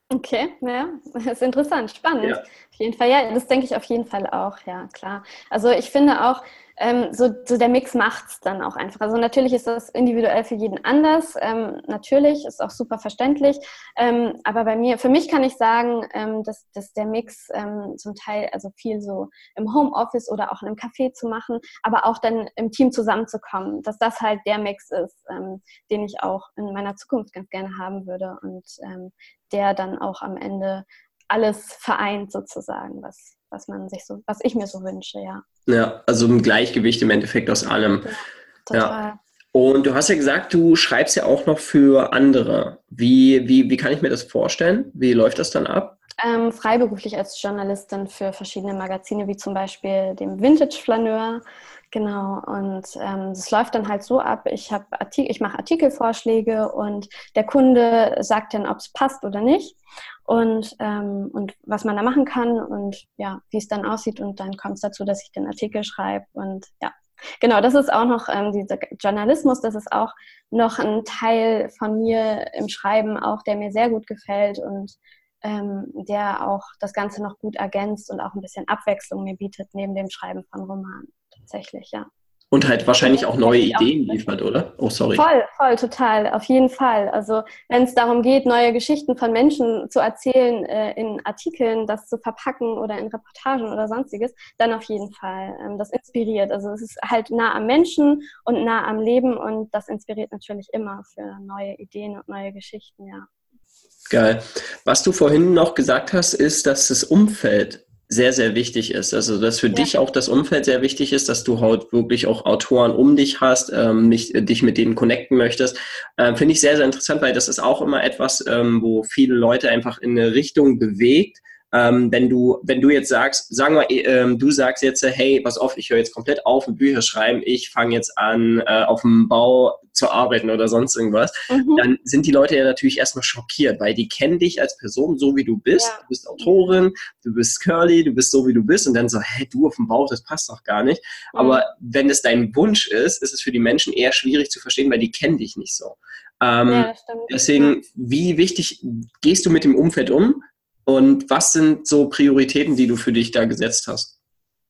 Okay, ja, das ist interessant, spannend. Ja. Auf jeden Fall, ja, das denke ich auf jeden Fall auch, ja, klar. Also ich finde auch, ähm, so, so der Mix macht's dann auch einfach. Also natürlich ist das individuell für jeden anders, ähm, natürlich, ist auch super verständlich, ähm, aber bei mir, für mich kann ich sagen, ähm, dass, dass der Mix ähm, zum Teil, also viel so im Homeoffice oder auch in einem Café zu machen, aber auch dann im Team zusammenzukommen, dass das halt der Mix ist, ähm, den ich auch in meiner Zukunft ganz gerne haben würde und ähm, der dann auch am Ende alles vereint sozusagen, was, was man sich so, was ich mir so wünsche, ja. Ja, also ein Gleichgewicht im Endeffekt aus allem. Ja, Ja. total. Und du hast ja gesagt, du schreibst ja auch noch für andere. Wie, wie, wie kann ich mir das vorstellen? Wie läuft das dann ab? Ähm, freiberuflich als Journalistin für verschiedene Magazine, wie zum Beispiel dem Vintage Flaneur. Genau, und ähm, das läuft dann halt so ab, ich, hab Artik- ich mache Artikelvorschläge und der Kunde sagt dann, ob es passt oder nicht und, ähm, und was man da machen kann und ja, wie es dann aussieht und dann kommt es dazu, dass ich den Artikel schreibe und ja, genau, das ist auch noch ähm, dieser Journalismus, das ist auch noch ein Teil von mir im Schreiben auch, der mir sehr gut gefällt und ähm, der auch das Ganze noch gut ergänzt und auch ein bisschen Abwechslung mir bietet neben dem Schreiben von Romanen. Tatsächlich, ja. Und halt Und wahrscheinlich das auch ist neue eigentlich auch Ideen liefert, oder? Oh, sorry. voll, voll, total, auf jeden Fall. Also wenn es darum geht, neue Geschichten von Menschen zu erzählen, äh, in Artikeln, das zu verpacken oder in Reportagen oder sonstiges, dann auf jeden Fall. Ähm, das inspiriert. Also es ist halt nah am Menschen und nah am Leben und das inspiriert natürlich immer für neue Ideen und neue Geschichten, ja. Geil. Was du vorhin noch gesagt hast, ist, dass das Umfeld sehr, sehr wichtig ist. Also, dass für Ja. dich auch das Umfeld sehr wichtig ist, dass du halt wirklich auch Autoren um dich hast, ähm, nicht, äh, dich mit denen connecten möchtest. Ähm, finde ich sehr, sehr interessant, weil das ist auch immer etwas, ähm, wo viele Leute einfach in eine Richtung bewegt. Ähm, wenn du, wenn du jetzt sagst, sagen wir, ähm, du sagst jetzt, hey, pass auf, ich höre jetzt komplett auf mit Bücher schreiben, ich fange jetzt an, äh, auf dem Bau zu arbeiten oder sonst irgendwas, Mhm. dann sind die Leute ja natürlich erstmal schockiert, weil die kennen dich als Person so, wie du bist. Ja. Du bist Autorin, du bist Curly, du bist so, wie du bist und dann so, hä, du auf dem Bau, das passt doch gar nicht. Aber Mhm. wenn es dein Wunsch ist, ist es für die Menschen eher schwierig zu verstehen, weil die kennen dich nicht so. Ja, Ähm, das stimmt. Ja. deswegen, wie wichtig gehst du mit dem Umfeld um? Und was sind so Prioritäten, die du für dich da gesetzt hast?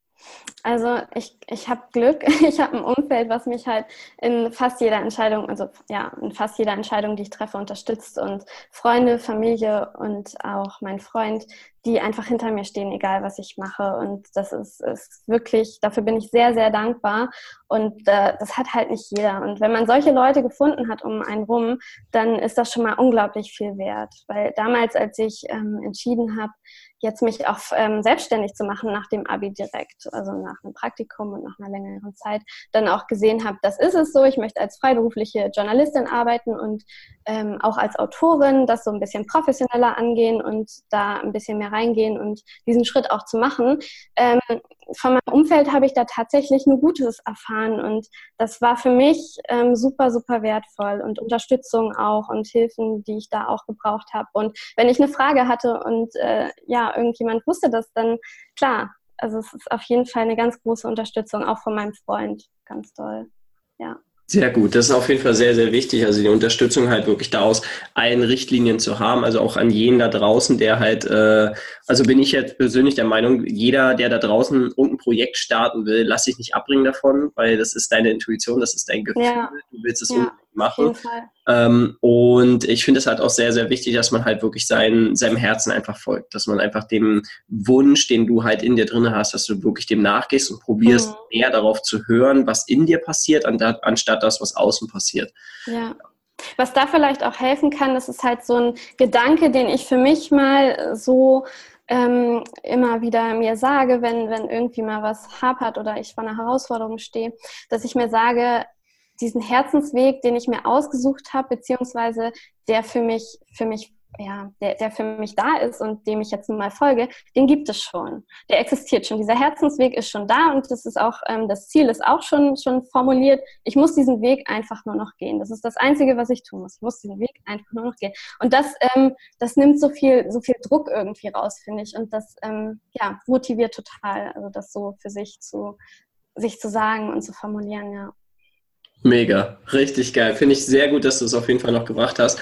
Also ich, ich habe Glück, ich habe ein Umfeld, was mich halt in fast jeder Entscheidung, also ja, in fast jeder Entscheidung, die ich treffe, unterstützt und Freunde, Familie und auch mein Freund, die einfach hinter mir stehen, egal was ich mache und das ist, ist wirklich, dafür bin ich sehr, sehr dankbar und äh, das hat halt nicht jeder und wenn man solche Leute gefunden hat um einen rum, dann ist das schon mal unglaublich viel wert, weil damals, als ich ähm, entschieden habe, jetzt mich auch ähm, selbstständig zu machen nach dem Abi direkt, also nach einem Praktikum und nach einer längeren Zeit, dann auch gesehen habe, das ist es so, ich möchte als freiberufliche Journalistin arbeiten und ähm, auch als Autorin das so ein bisschen professioneller angehen und da ein bisschen mehr reingehen und diesen Schritt auch zu machen. Ähm, von meinem Umfeld habe ich da tatsächlich nur Gutes erfahren und das war für mich ähm, super, super wertvoll und Unterstützung auch und Hilfen, die ich da auch gebraucht habe. Und wenn ich eine Frage hatte und äh, ja, irgendjemand wusste das, dann klar, also es ist auf jeden Fall eine ganz große Unterstützung, auch von meinem Freund, ganz toll, ja. Sehr gut, das ist auf jeden Fall sehr, sehr wichtig. Also die Unterstützung halt wirklich da aus allen Richtlinien zu haben, also auch an jeden da draußen, der halt, äh, also bin ich jetzt persönlich der Meinung, jeder, der da draußen irgendein Projekt starten will, lass dich nicht abbringen davon, weil das ist deine Intuition, das ist dein Gefühl, Ja, du willst es ja, unbedingt auf jeden machen. Fall. Ähm, und ich finde es halt auch sehr, sehr wichtig, dass man halt wirklich sein, seinem Herzen einfach folgt, dass man einfach dem Wunsch, den du halt in dir drin hast, dass du wirklich dem nachgehst und probierst, Mhm. mehr darauf zu hören, was in dir passiert, anstatt das, was außen passiert. Ja. Was da vielleicht auch helfen kann, das ist halt so ein Gedanke, den ich für mich mal so ähm, immer wieder mir sage, wenn, wenn irgendwie mal was hapert oder ich vor einer Herausforderung stehe, dass ich mir sage, diesen Herzensweg, den ich mir ausgesucht habe, beziehungsweise der für mich, für mich, ja, der, der für mich da ist und dem ich jetzt nun mal folge, den gibt es schon. Der existiert schon. Dieser Herzensweg ist schon da und das ist auch, ähm, das Ziel ist auch schon, schon formuliert. Ich muss diesen Weg einfach nur noch gehen. Das ist das Einzige, was ich tun muss. Ich muss diesen Weg einfach nur noch gehen. Und das, ähm, das nimmt so viel, so viel Druck irgendwie raus, finde ich. Und das, ähm, ja, motiviert total. Also das so für sich zu, sich zu sagen und zu formulieren, ja. Mega, richtig geil. Finde ich sehr gut, dass du es auf jeden Fall noch gebracht hast.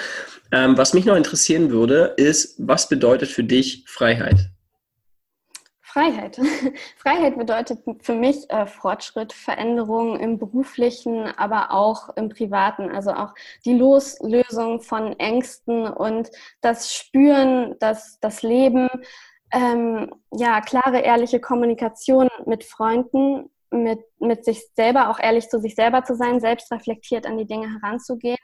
Ähm, was mich noch interessieren würde, ist, was bedeutet für dich Freiheit? Freiheit. Freiheit bedeutet für mich äh, Fortschritt, Veränderung im Beruflichen, aber auch im Privaten. Also auch die Loslösung von Ängsten und das Spüren, das, das Leben, ähm, ja, klare, ehrliche Kommunikation mit Freunden, mit, mit sich selber, auch ehrlich zu sich selber zu sein, selbst reflektiert an die Dinge heranzugehen.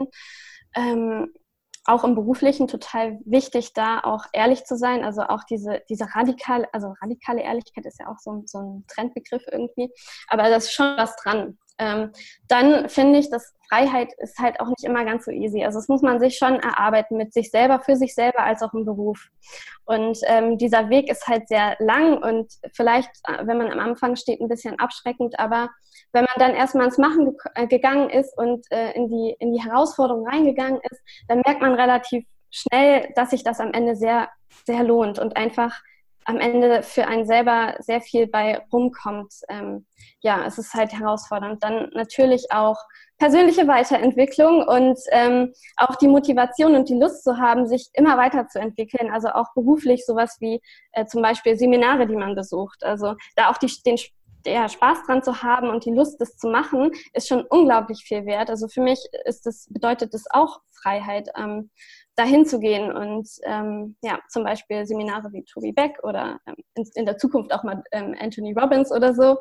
Ähm, Auch im Beruflichen total wichtig, da auch ehrlich zu sein. Also auch diese, diese radikale, also radikale Ehrlichkeit ist ja auch so, so ein Trendbegriff irgendwie. Aber da ist schon was dran. Ähm, dann finde ich, dass Freiheit ist halt auch nicht immer ganz so easy. Also das muss man sich schon erarbeiten mit sich selber, für sich selber als auch im Beruf. Und ähm, dieser Weg ist halt sehr lang und vielleicht, wenn man am Anfang steht, ein bisschen abschreckend, aber wenn man dann erstmal ins Machen ge- äh, gegangen ist und äh, in die, in die Herausforderung reingegangen ist, dann merkt man relativ schnell, dass sich das am Ende sehr, sehr lohnt und einfach am Ende für einen selber sehr viel bei rumkommt. Ähm, ja, es ist halt herausfordernd. Dann natürlich auch persönliche Weiterentwicklung und ähm, auch die Motivation und die Lust zu haben, sich immer weiterzuentwickeln. Also auch beruflich sowas wie äh, zum Beispiel Seminare, die man besucht. Also da auch die, den der Spaß dran zu haben und die Lust, das zu machen, ist schon unglaublich viel wert. Also für mich ist das, bedeutet das auch Freiheit, ähm, dahin zu gehen und ähm, ja, zum Beispiel Seminare wie Toby Beck oder ähm, in, in der Zukunft auch mal ähm, Anthony Robbins oder so.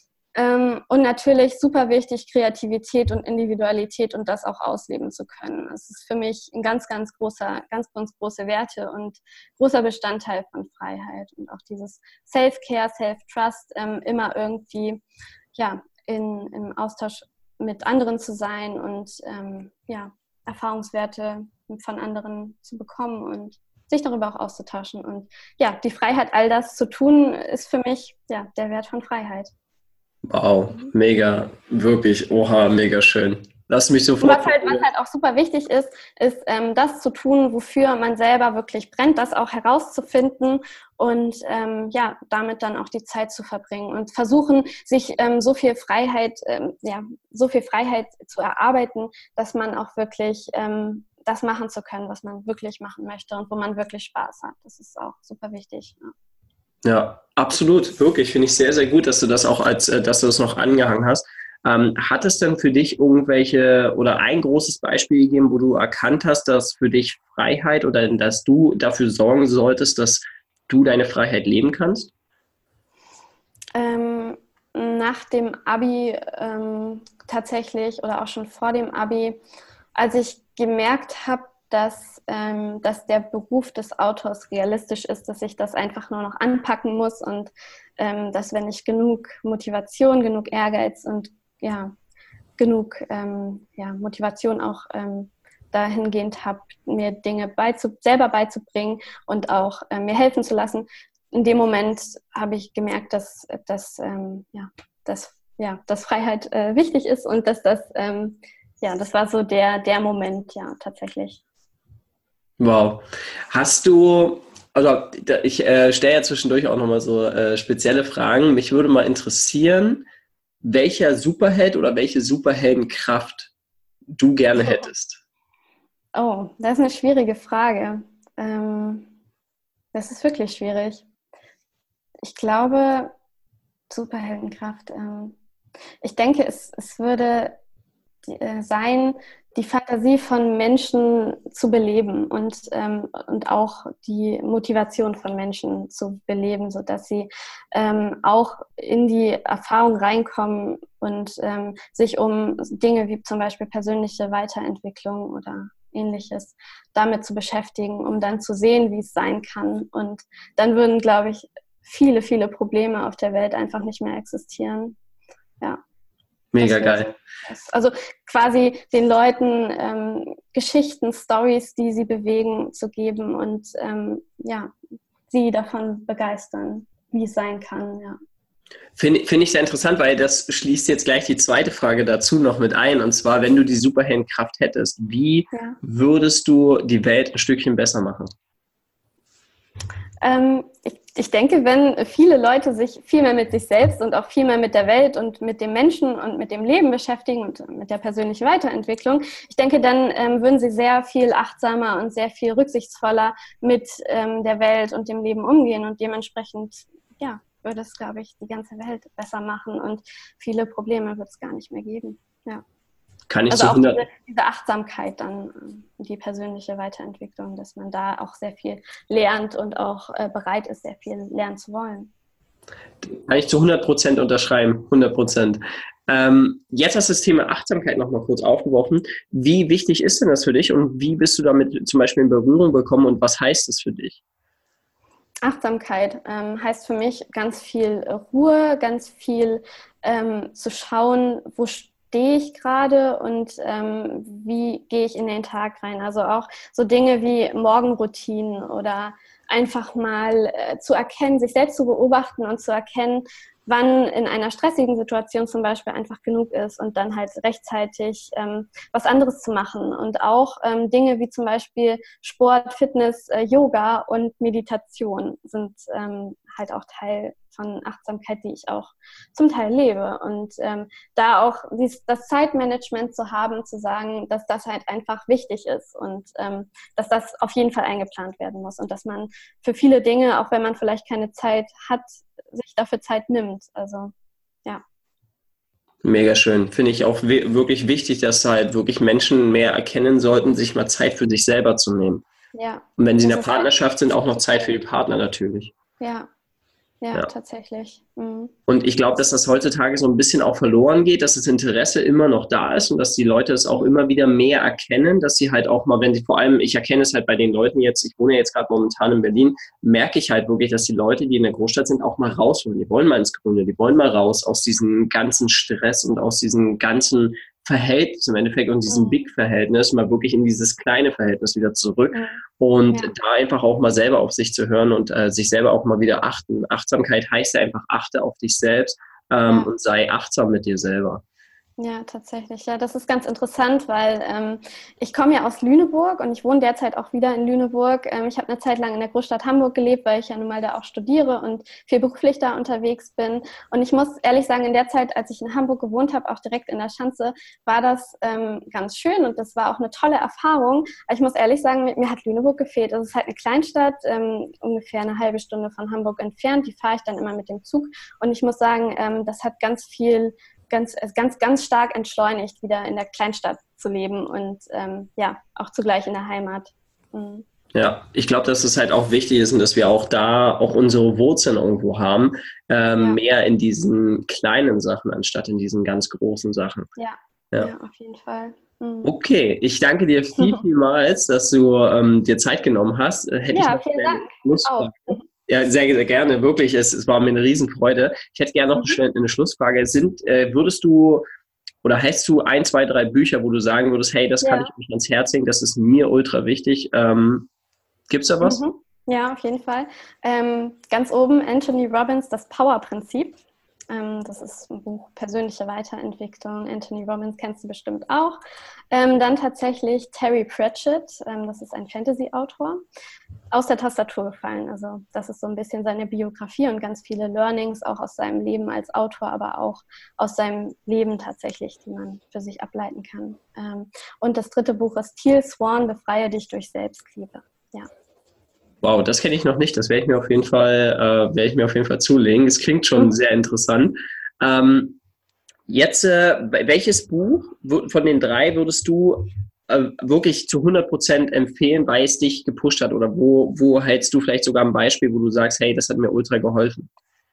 Ähm, und natürlich super wichtig, Kreativität und Individualität und das auch ausleben zu können. Das ist für mich ein ganz, ganz großer, ganz, ganz große Werte und großer Bestandteil von Freiheit. Und auch dieses Self-Care, Self-Trust, ähm, immer irgendwie ja, in, im Austausch mit anderen zu sein und ähm, ja, Erfahrungswerte von anderen zu bekommen und sich darüber auch auszutauschen. Und ja, die Freiheit, all das zu tun, ist für mich ja der Wert von Freiheit. Wow, mega, wirklich, oha, mega schön. Lass mich Und sofort. was halt, was halt auch super wichtig ist, ist ähm, das zu tun, wofür man selber wirklich brennt, das auch herauszufinden und ähm, ja, damit dann auch die Zeit zu verbringen und versuchen, sich ähm, so viel Freiheit, ähm, ja, so viel Freiheit zu erarbeiten, dass man auch wirklich ähm, das machen zu können, was man wirklich machen möchte und wo man wirklich Spaß hat. Das ist auch super wichtig. Ja. Ja, absolut, wirklich. Finde ich sehr, sehr gut, dass du das auch als, äh, dass du das noch angehangen hast. Ähm, hat es denn für dich irgendwelche oder ein großes Beispiel gegeben, wo du erkannt hast, dass für dich Freiheit oder dass du dafür sorgen solltest, dass du deine Freiheit leben kannst? Ähm, nach dem Abi ähm, tatsächlich oder auch schon vor dem Abi, als ich gemerkt habe, dass, ähm, dass der Beruf des Autors realistisch ist, dass ich das einfach nur noch anpacken muss und ähm, dass wenn ich genug Motivation, genug Ehrgeiz und ja, genug ähm, ja, Motivation auch ähm, dahingehend habe, mir Dinge beizu- selber beizubringen und auch äh, mir helfen zu lassen. In dem Moment habe ich gemerkt, dass, dass, ähm, ja, dass, ja, dass Freiheit äh, wichtig ist und dass das, ähm, ja, das war so der, der Moment, ja, tatsächlich. Wow. Hast du, also ich äh, stelle ja zwischendurch auch nochmal so äh, spezielle Fragen. Mich würde mal interessieren, welcher Superheld oder welche Superheldenkraft du gerne hättest. Oh, das ist eine schwierige Frage. Ähm, das ist wirklich schwierig. Ich glaube, Superheldenkraft. Ähm, ich denke, es, es würde die, äh, sein, die Fantasie von Menschen zu beleben und, ähm, und auch die Motivation von Menschen zu beleben, sodass sie ähm, auch in die Erfahrung reinkommen und ähm, sich um Dinge wie zum Beispiel persönliche Weiterentwicklung oder Ähnliches damit zu beschäftigen, um dann zu sehen, wie es sein kann. Und dann würden, glaube ich, viele, viele Probleme auf der Welt einfach nicht mehr existieren. Ja. Mega geil. Also quasi den Leuten ähm, Geschichten, Stories, die sie bewegen, zu geben und ähm, ja, sie davon begeistern, wie es sein kann. Ja. Finde find ich sehr interessant, weil das schließt jetzt gleich die zweite Frage dazu noch mit ein. Und zwar, wenn du die Superheldenkraft hättest, wie Ja. würdest du die Welt ein Stückchen besser machen? Ähm, ich, ich denke, wenn viele Leute sich viel mehr mit sich selbst und auch viel mehr mit der Welt und mit dem Menschen und mit dem Leben beschäftigen und mit der persönlichen Weiterentwicklung, ich denke, dann ähm, würden sie sehr viel achtsamer und sehr viel rücksichtsvoller mit ähm, der Welt und dem Leben umgehen und dementsprechend, ja, würde es, glaube ich, die ganze Welt besser machen und viele Probleme wird es gar nicht mehr geben. Ja. Kann ich Also zu auch hundert diese, diese Achtsamkeit dann, die persönliche Weiterentwicklung, dass man da auch sehr viel lernt und auch äh, bereit ist, sehr viel lernen zu wollen. Kann ich zu hundert Prozent unterschreiben, hundert Prozent. Ähm, jetzt hast du das Thema Achtsamkeit noch mal kurz aufgeworfen. Wie wichtig ist denn das für dich und wie bist du damit zum Beispiel in Berührung gekommen und was heißt das für dich? Achtsamkeit ähm, heißt für mich ganz viel Ruhe, ganz viel ähm, zu schauen, wo stehe ich gerade und ähm, wie gehe ich in den Tag rein. Also auch so Dinge wie Morgenroutinen oder einfach mal äh, zu erkennen, sich selbst zu beobachten und zu erkennen, wann in einer stressigen Situation zum Beispiel einfach genug ist und dann halt rechtzeitig ähm, was anderes zu machen. Und auch ähm, Dinge wie zum Beispiel Sport, Fitness, äh, Yoga und Meditation sind ähm, halt auch Teil von Achtsamkeit, die ich auch zum Teil lebe. Und ähm, da auch dies, das Zeitmanagement zu haben, zu sagen, dass das halt einfach wichtig ist und ähm, dass das auf jeden Fall eingeplant werden muss und dass man für viele Dinge, auch wenn man vielleicht keine Zeit hat, sich dafür Zeit nimmt. Also, ja. Mega schön. Finde ich auch wirklich wichtig, dass halt wirklich Menschen mehr erkennen sollten, sich mal Zeit für sich selber zu nehmen. Ja. Und wenn sie in Das der ist halt Partnerschaft sind, auch noch Zeit für die Partner natürlich. Ja, ja, Ja. tatsächlich. Mhm. Und ich glaube, dass das heutzutage so ein bisschen auch verloren geht, dass das Interesse immer noch da ist und dass die Leute es auch immer wieder mehr erkennen, dass sie halt auch mal, wenn sie vor allem, ich erkenne es halt bei den Leuten jetzt, ich wohne jetzt gerade momentan in Berlin, merke ich halt wirklich, dass die Leute, die in der Großstadt sind, auch mal raus wollen. Die wollen mal ins Grüne, die wollen mal raus aus diesem ganzen Stress und aus diesem ganzen Verhältnis im Endeffekt und diesem Mhm. Big-Verhältnis mal wirklich in dieses kleine Verhältnis wieder zurück Mhm. und Ja. da einfach auch mal selber auf sich zu hören und äh, sich selber auch mal wieder achten. Achtsamkeit heißt ja einfach, achte auf dich selbst ähm, Ja. und sei achtsam mit dir selber. Ja, tatsächlich. Ja, das ist ganz interessant, weil ähm, ich komme ja aus Lüneburg und ich wohne derzeit auch wieder in Lüneburg. Ähm, ich habe eine Zeit lang in der Großstadt Hamburg gelebt, weil ich ja nun mal da auch studiere und viel beruflich da unterwegs bin. Und ich muss ehrlich sagen, in der Zeit, als ich in Hamburg gewohnt habe, auch direkt in der Schanze, war das ähm, ganz schön und das war auch eine tolle Erfahrung. Aber ich muss ehrlich sagen, mir, mir hat Lüneburg gefehlt. Es ist halt eine Kleinstadt, ähm, ungefähr eine halbe Stunde von Hamburg entfernt. Die fahre ich dann immer mit dem Zug. Und ich muss sagen, ähm, das hat ganz viel ganz, ganz, ganz stark entschleunigt, wieder in der Kleinstadt zu leben und ähm, ja, auch zugleich in der Heimat. Mhm. Ja, ich glaube, dass es halt auch wichtig ist und dass wir auch da auch unsere Wurzeln irgendwo haben, ähm, Ja. mehr in diesen kleinen Sachen anstatt in diesen ganz großen Sachen. Ja, Ja. ja, auf jeden Fall. Mhm. Okay, ich danke dir viel, vielmals, dass du ähm, dir Zeit genommen hast. Äh, Hätte ich Ja, noch vielen eine Dank. Schlussfrage? Auch. Ja, sehr, sehr gerne, wirklich. Es, es war mir eine Riesenfreude. Ich hätte gerne noch Mhm. schnell eine Schlussfrage. Sind, äh, würdest du oder hast du ein, zwei, drei Bücher, wo du sagen würdest, hey, das kann Ja. ich euch ans Herz legen, das ist mir ultra wichtig. Ähm, gibt's da was? Mhm. Ja, auf jeden Fall. Ähm, ganz oben Anthony Robbins, das Power-Prinzip. Ähm, das ist ein Buch persönliche Weiterentwicklung. Anthony Robbins kennst du bestimmt auch. Ähm, dann tatsächlich Terry Pratchett, ähm, das ist ein Fantasy-Autor, aus der Tastatur gefallen. Also das ist so ein bisschen seine Biografie und ganz viele Learnings auch aus seinem Leben als Autor, aber auch aus seinem Leben tatsächlich, die man für sich ableiten kann. Ähm, und das dritte Buch ist Teal Swan, Befreie dich durch Selbstliebe. Ja. Wow, das kenne ich noch nicht. Das werde ich mir auf jeden Fall, äh, werde ich mir auf jeden Fall zulegen. Es klingt schon Mhm. sehr interessant. Ähm, jetzt, äh, welches Buch von den drei würdest du äh, wirklich zu hundert Prozent empfehlen, weil es dich gepusht hat? Oder wo, wo hältst du vielleicht sogar ein Beispiel, wo du sagst, hey, das hat mir ultra geholfen?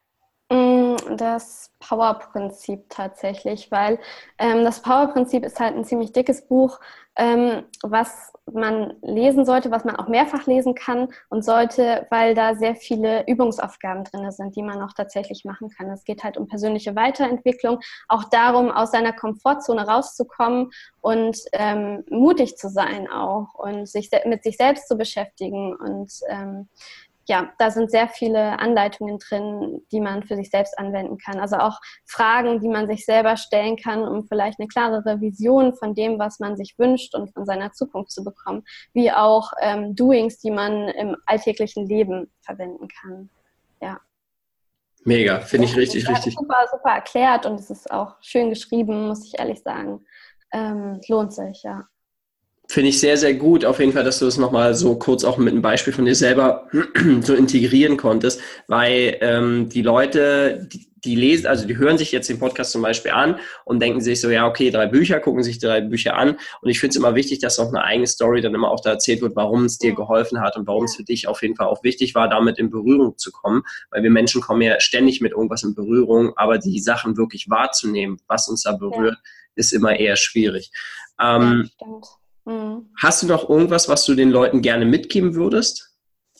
Das Power-Prinzip tatsächlich, weil ähm, das Power-Prinzip ist halt ein ziemlich dickes Buch, ähm, was man lesen sollte, was man auch mehrfach lesen kann und sollte, weil da sehr viele Übungsaufgaben drin sind, die man auch tatsächlich machen kann. Es geht halt um persönliche Weiterentwicklung, auch darum, aus seiner Komfortzone rauszukommen und ähm, mutig zu sein auch und sich mit sich selbst zu beschäftigen und ähm, ja, da sind sehr viele Anleitungen drin, die man für sich selbst anwenden kann. Also auch Fragen, die man sich selber stellen kann, um vielleicht eine klarere Vision von dem, was man sich wünscht und von seiner Zukunft zu bekommen, wie auch ähm, Doings, die man im alltäglichen Leben verwenden kann. Ja. Mega, finde ich richtig, das richtig. Super, super erklärt und es ist auch schön geschrieben, muss ich ehrlich sagen. Ähm, lohnt sich, ja. Finde ich sehr, sehr gut, auf jeden Fall, dass du das nochmal so kurz auch mit einem Beispiel von dir selber so integrieren konntest, weil ähm, die Leute, die, die lesen, also die hören sich jetzt den Podcast zum Beispiel an und denken sich so, ja, okay, drei Bücher, gucken sich drei Bücher an und ich finde es immer wichtig, dass auch eine eigene Story dann immer auch da erzählt wird, warum es dir geholfen hat und warum es für dich auf jeden Fall auch wichtig war, damit in Berührung zu kommen, weil wir Menschen kommen ja ständig mit irgendwas in Berührung, aber die Sachen wirklich wahrzunehmen, was uns da berührt, ja. ist immer eher schwierig. Ähm, ja, stimmt. Mhm. Hast du noch irgendwas, was du den Leuten gerne mitgeben würdest?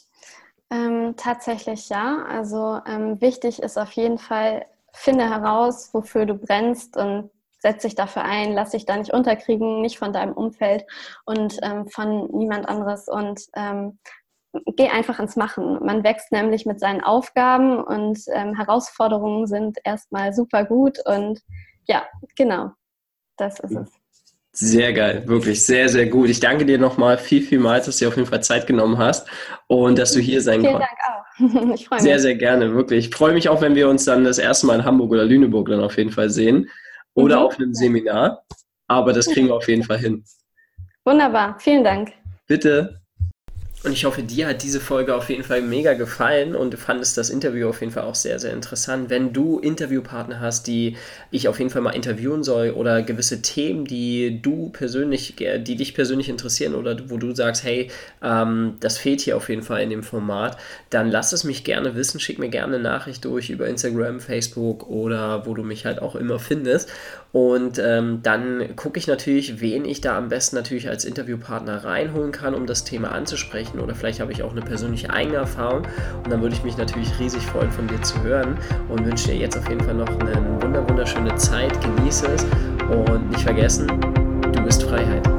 Ähm, tatsächlich ja. Also ähm, wichtig ist auf jeden Fall, finde heraus, wofür du brennst und setz dich dafür ein, lass dich da nicht unterkriegen, nicht von deinem Umfeld und ähm, von niemand anderes und ähm, geh einfach ins Machen. Man wächst nämlich mit seinen Aufgaben und ähm, Herausforderungen sind erstmal super gut und ja, genau, das ist es. Sehr geil, wirklich sehr, sehr gut. Ich danke dir nochmal viel, vielmals, dass du dir auf jeden Fall Zeit genommen hast und dass du hier sein Vielen konntest. Dank auch. Ich freue mich. Sehr, sehr gerne, wirklich. Ich freue mich auch, wenn wir uns dann das erste Mal in Hamburg oder Lüneburg dann auf jeden Fall sehen oder mhm. auf einem Seminar, aber das kriegen wir auf jeden Fall hin. Wunderbar, vielen Dank. Bitte. Und ich hoffe, dir hat diese Folge auf jeden Fall mega gefallen und du fandest das Interview auf jeden Fall auch sehr, sehr interessant. Wenn du Interviewpartner hast, die ich auf jeden Fall mal interviewen soll oder gewisse Themen, die du persönlich, die dich persönlich interessieren oder wo du sagst, hey, ähm, das fehlt hier auf jeden Fall in dem Format, dann lass es mich gerne wissen, schick mir gerne eine Nachricht durch über Instagram, Facebook oder wo du mich halt auch immer findest. Und ähm, dann gucke ich natürlich, wen ich da am besten natürlich als Interviewpartner reinholen kann, um das Thema anzusprechen. Oder vielleicht habe ich auch eine persönliche eigene Erfahrung. Und dann würde ich mich natürlich riesig freuen, von dir zu hören. Und wünsche dir jetzt auf jeden Fall noch eine wunder wunderschöne Zeit. Genieße es. Und nicht vergessen, du bist Freiheit.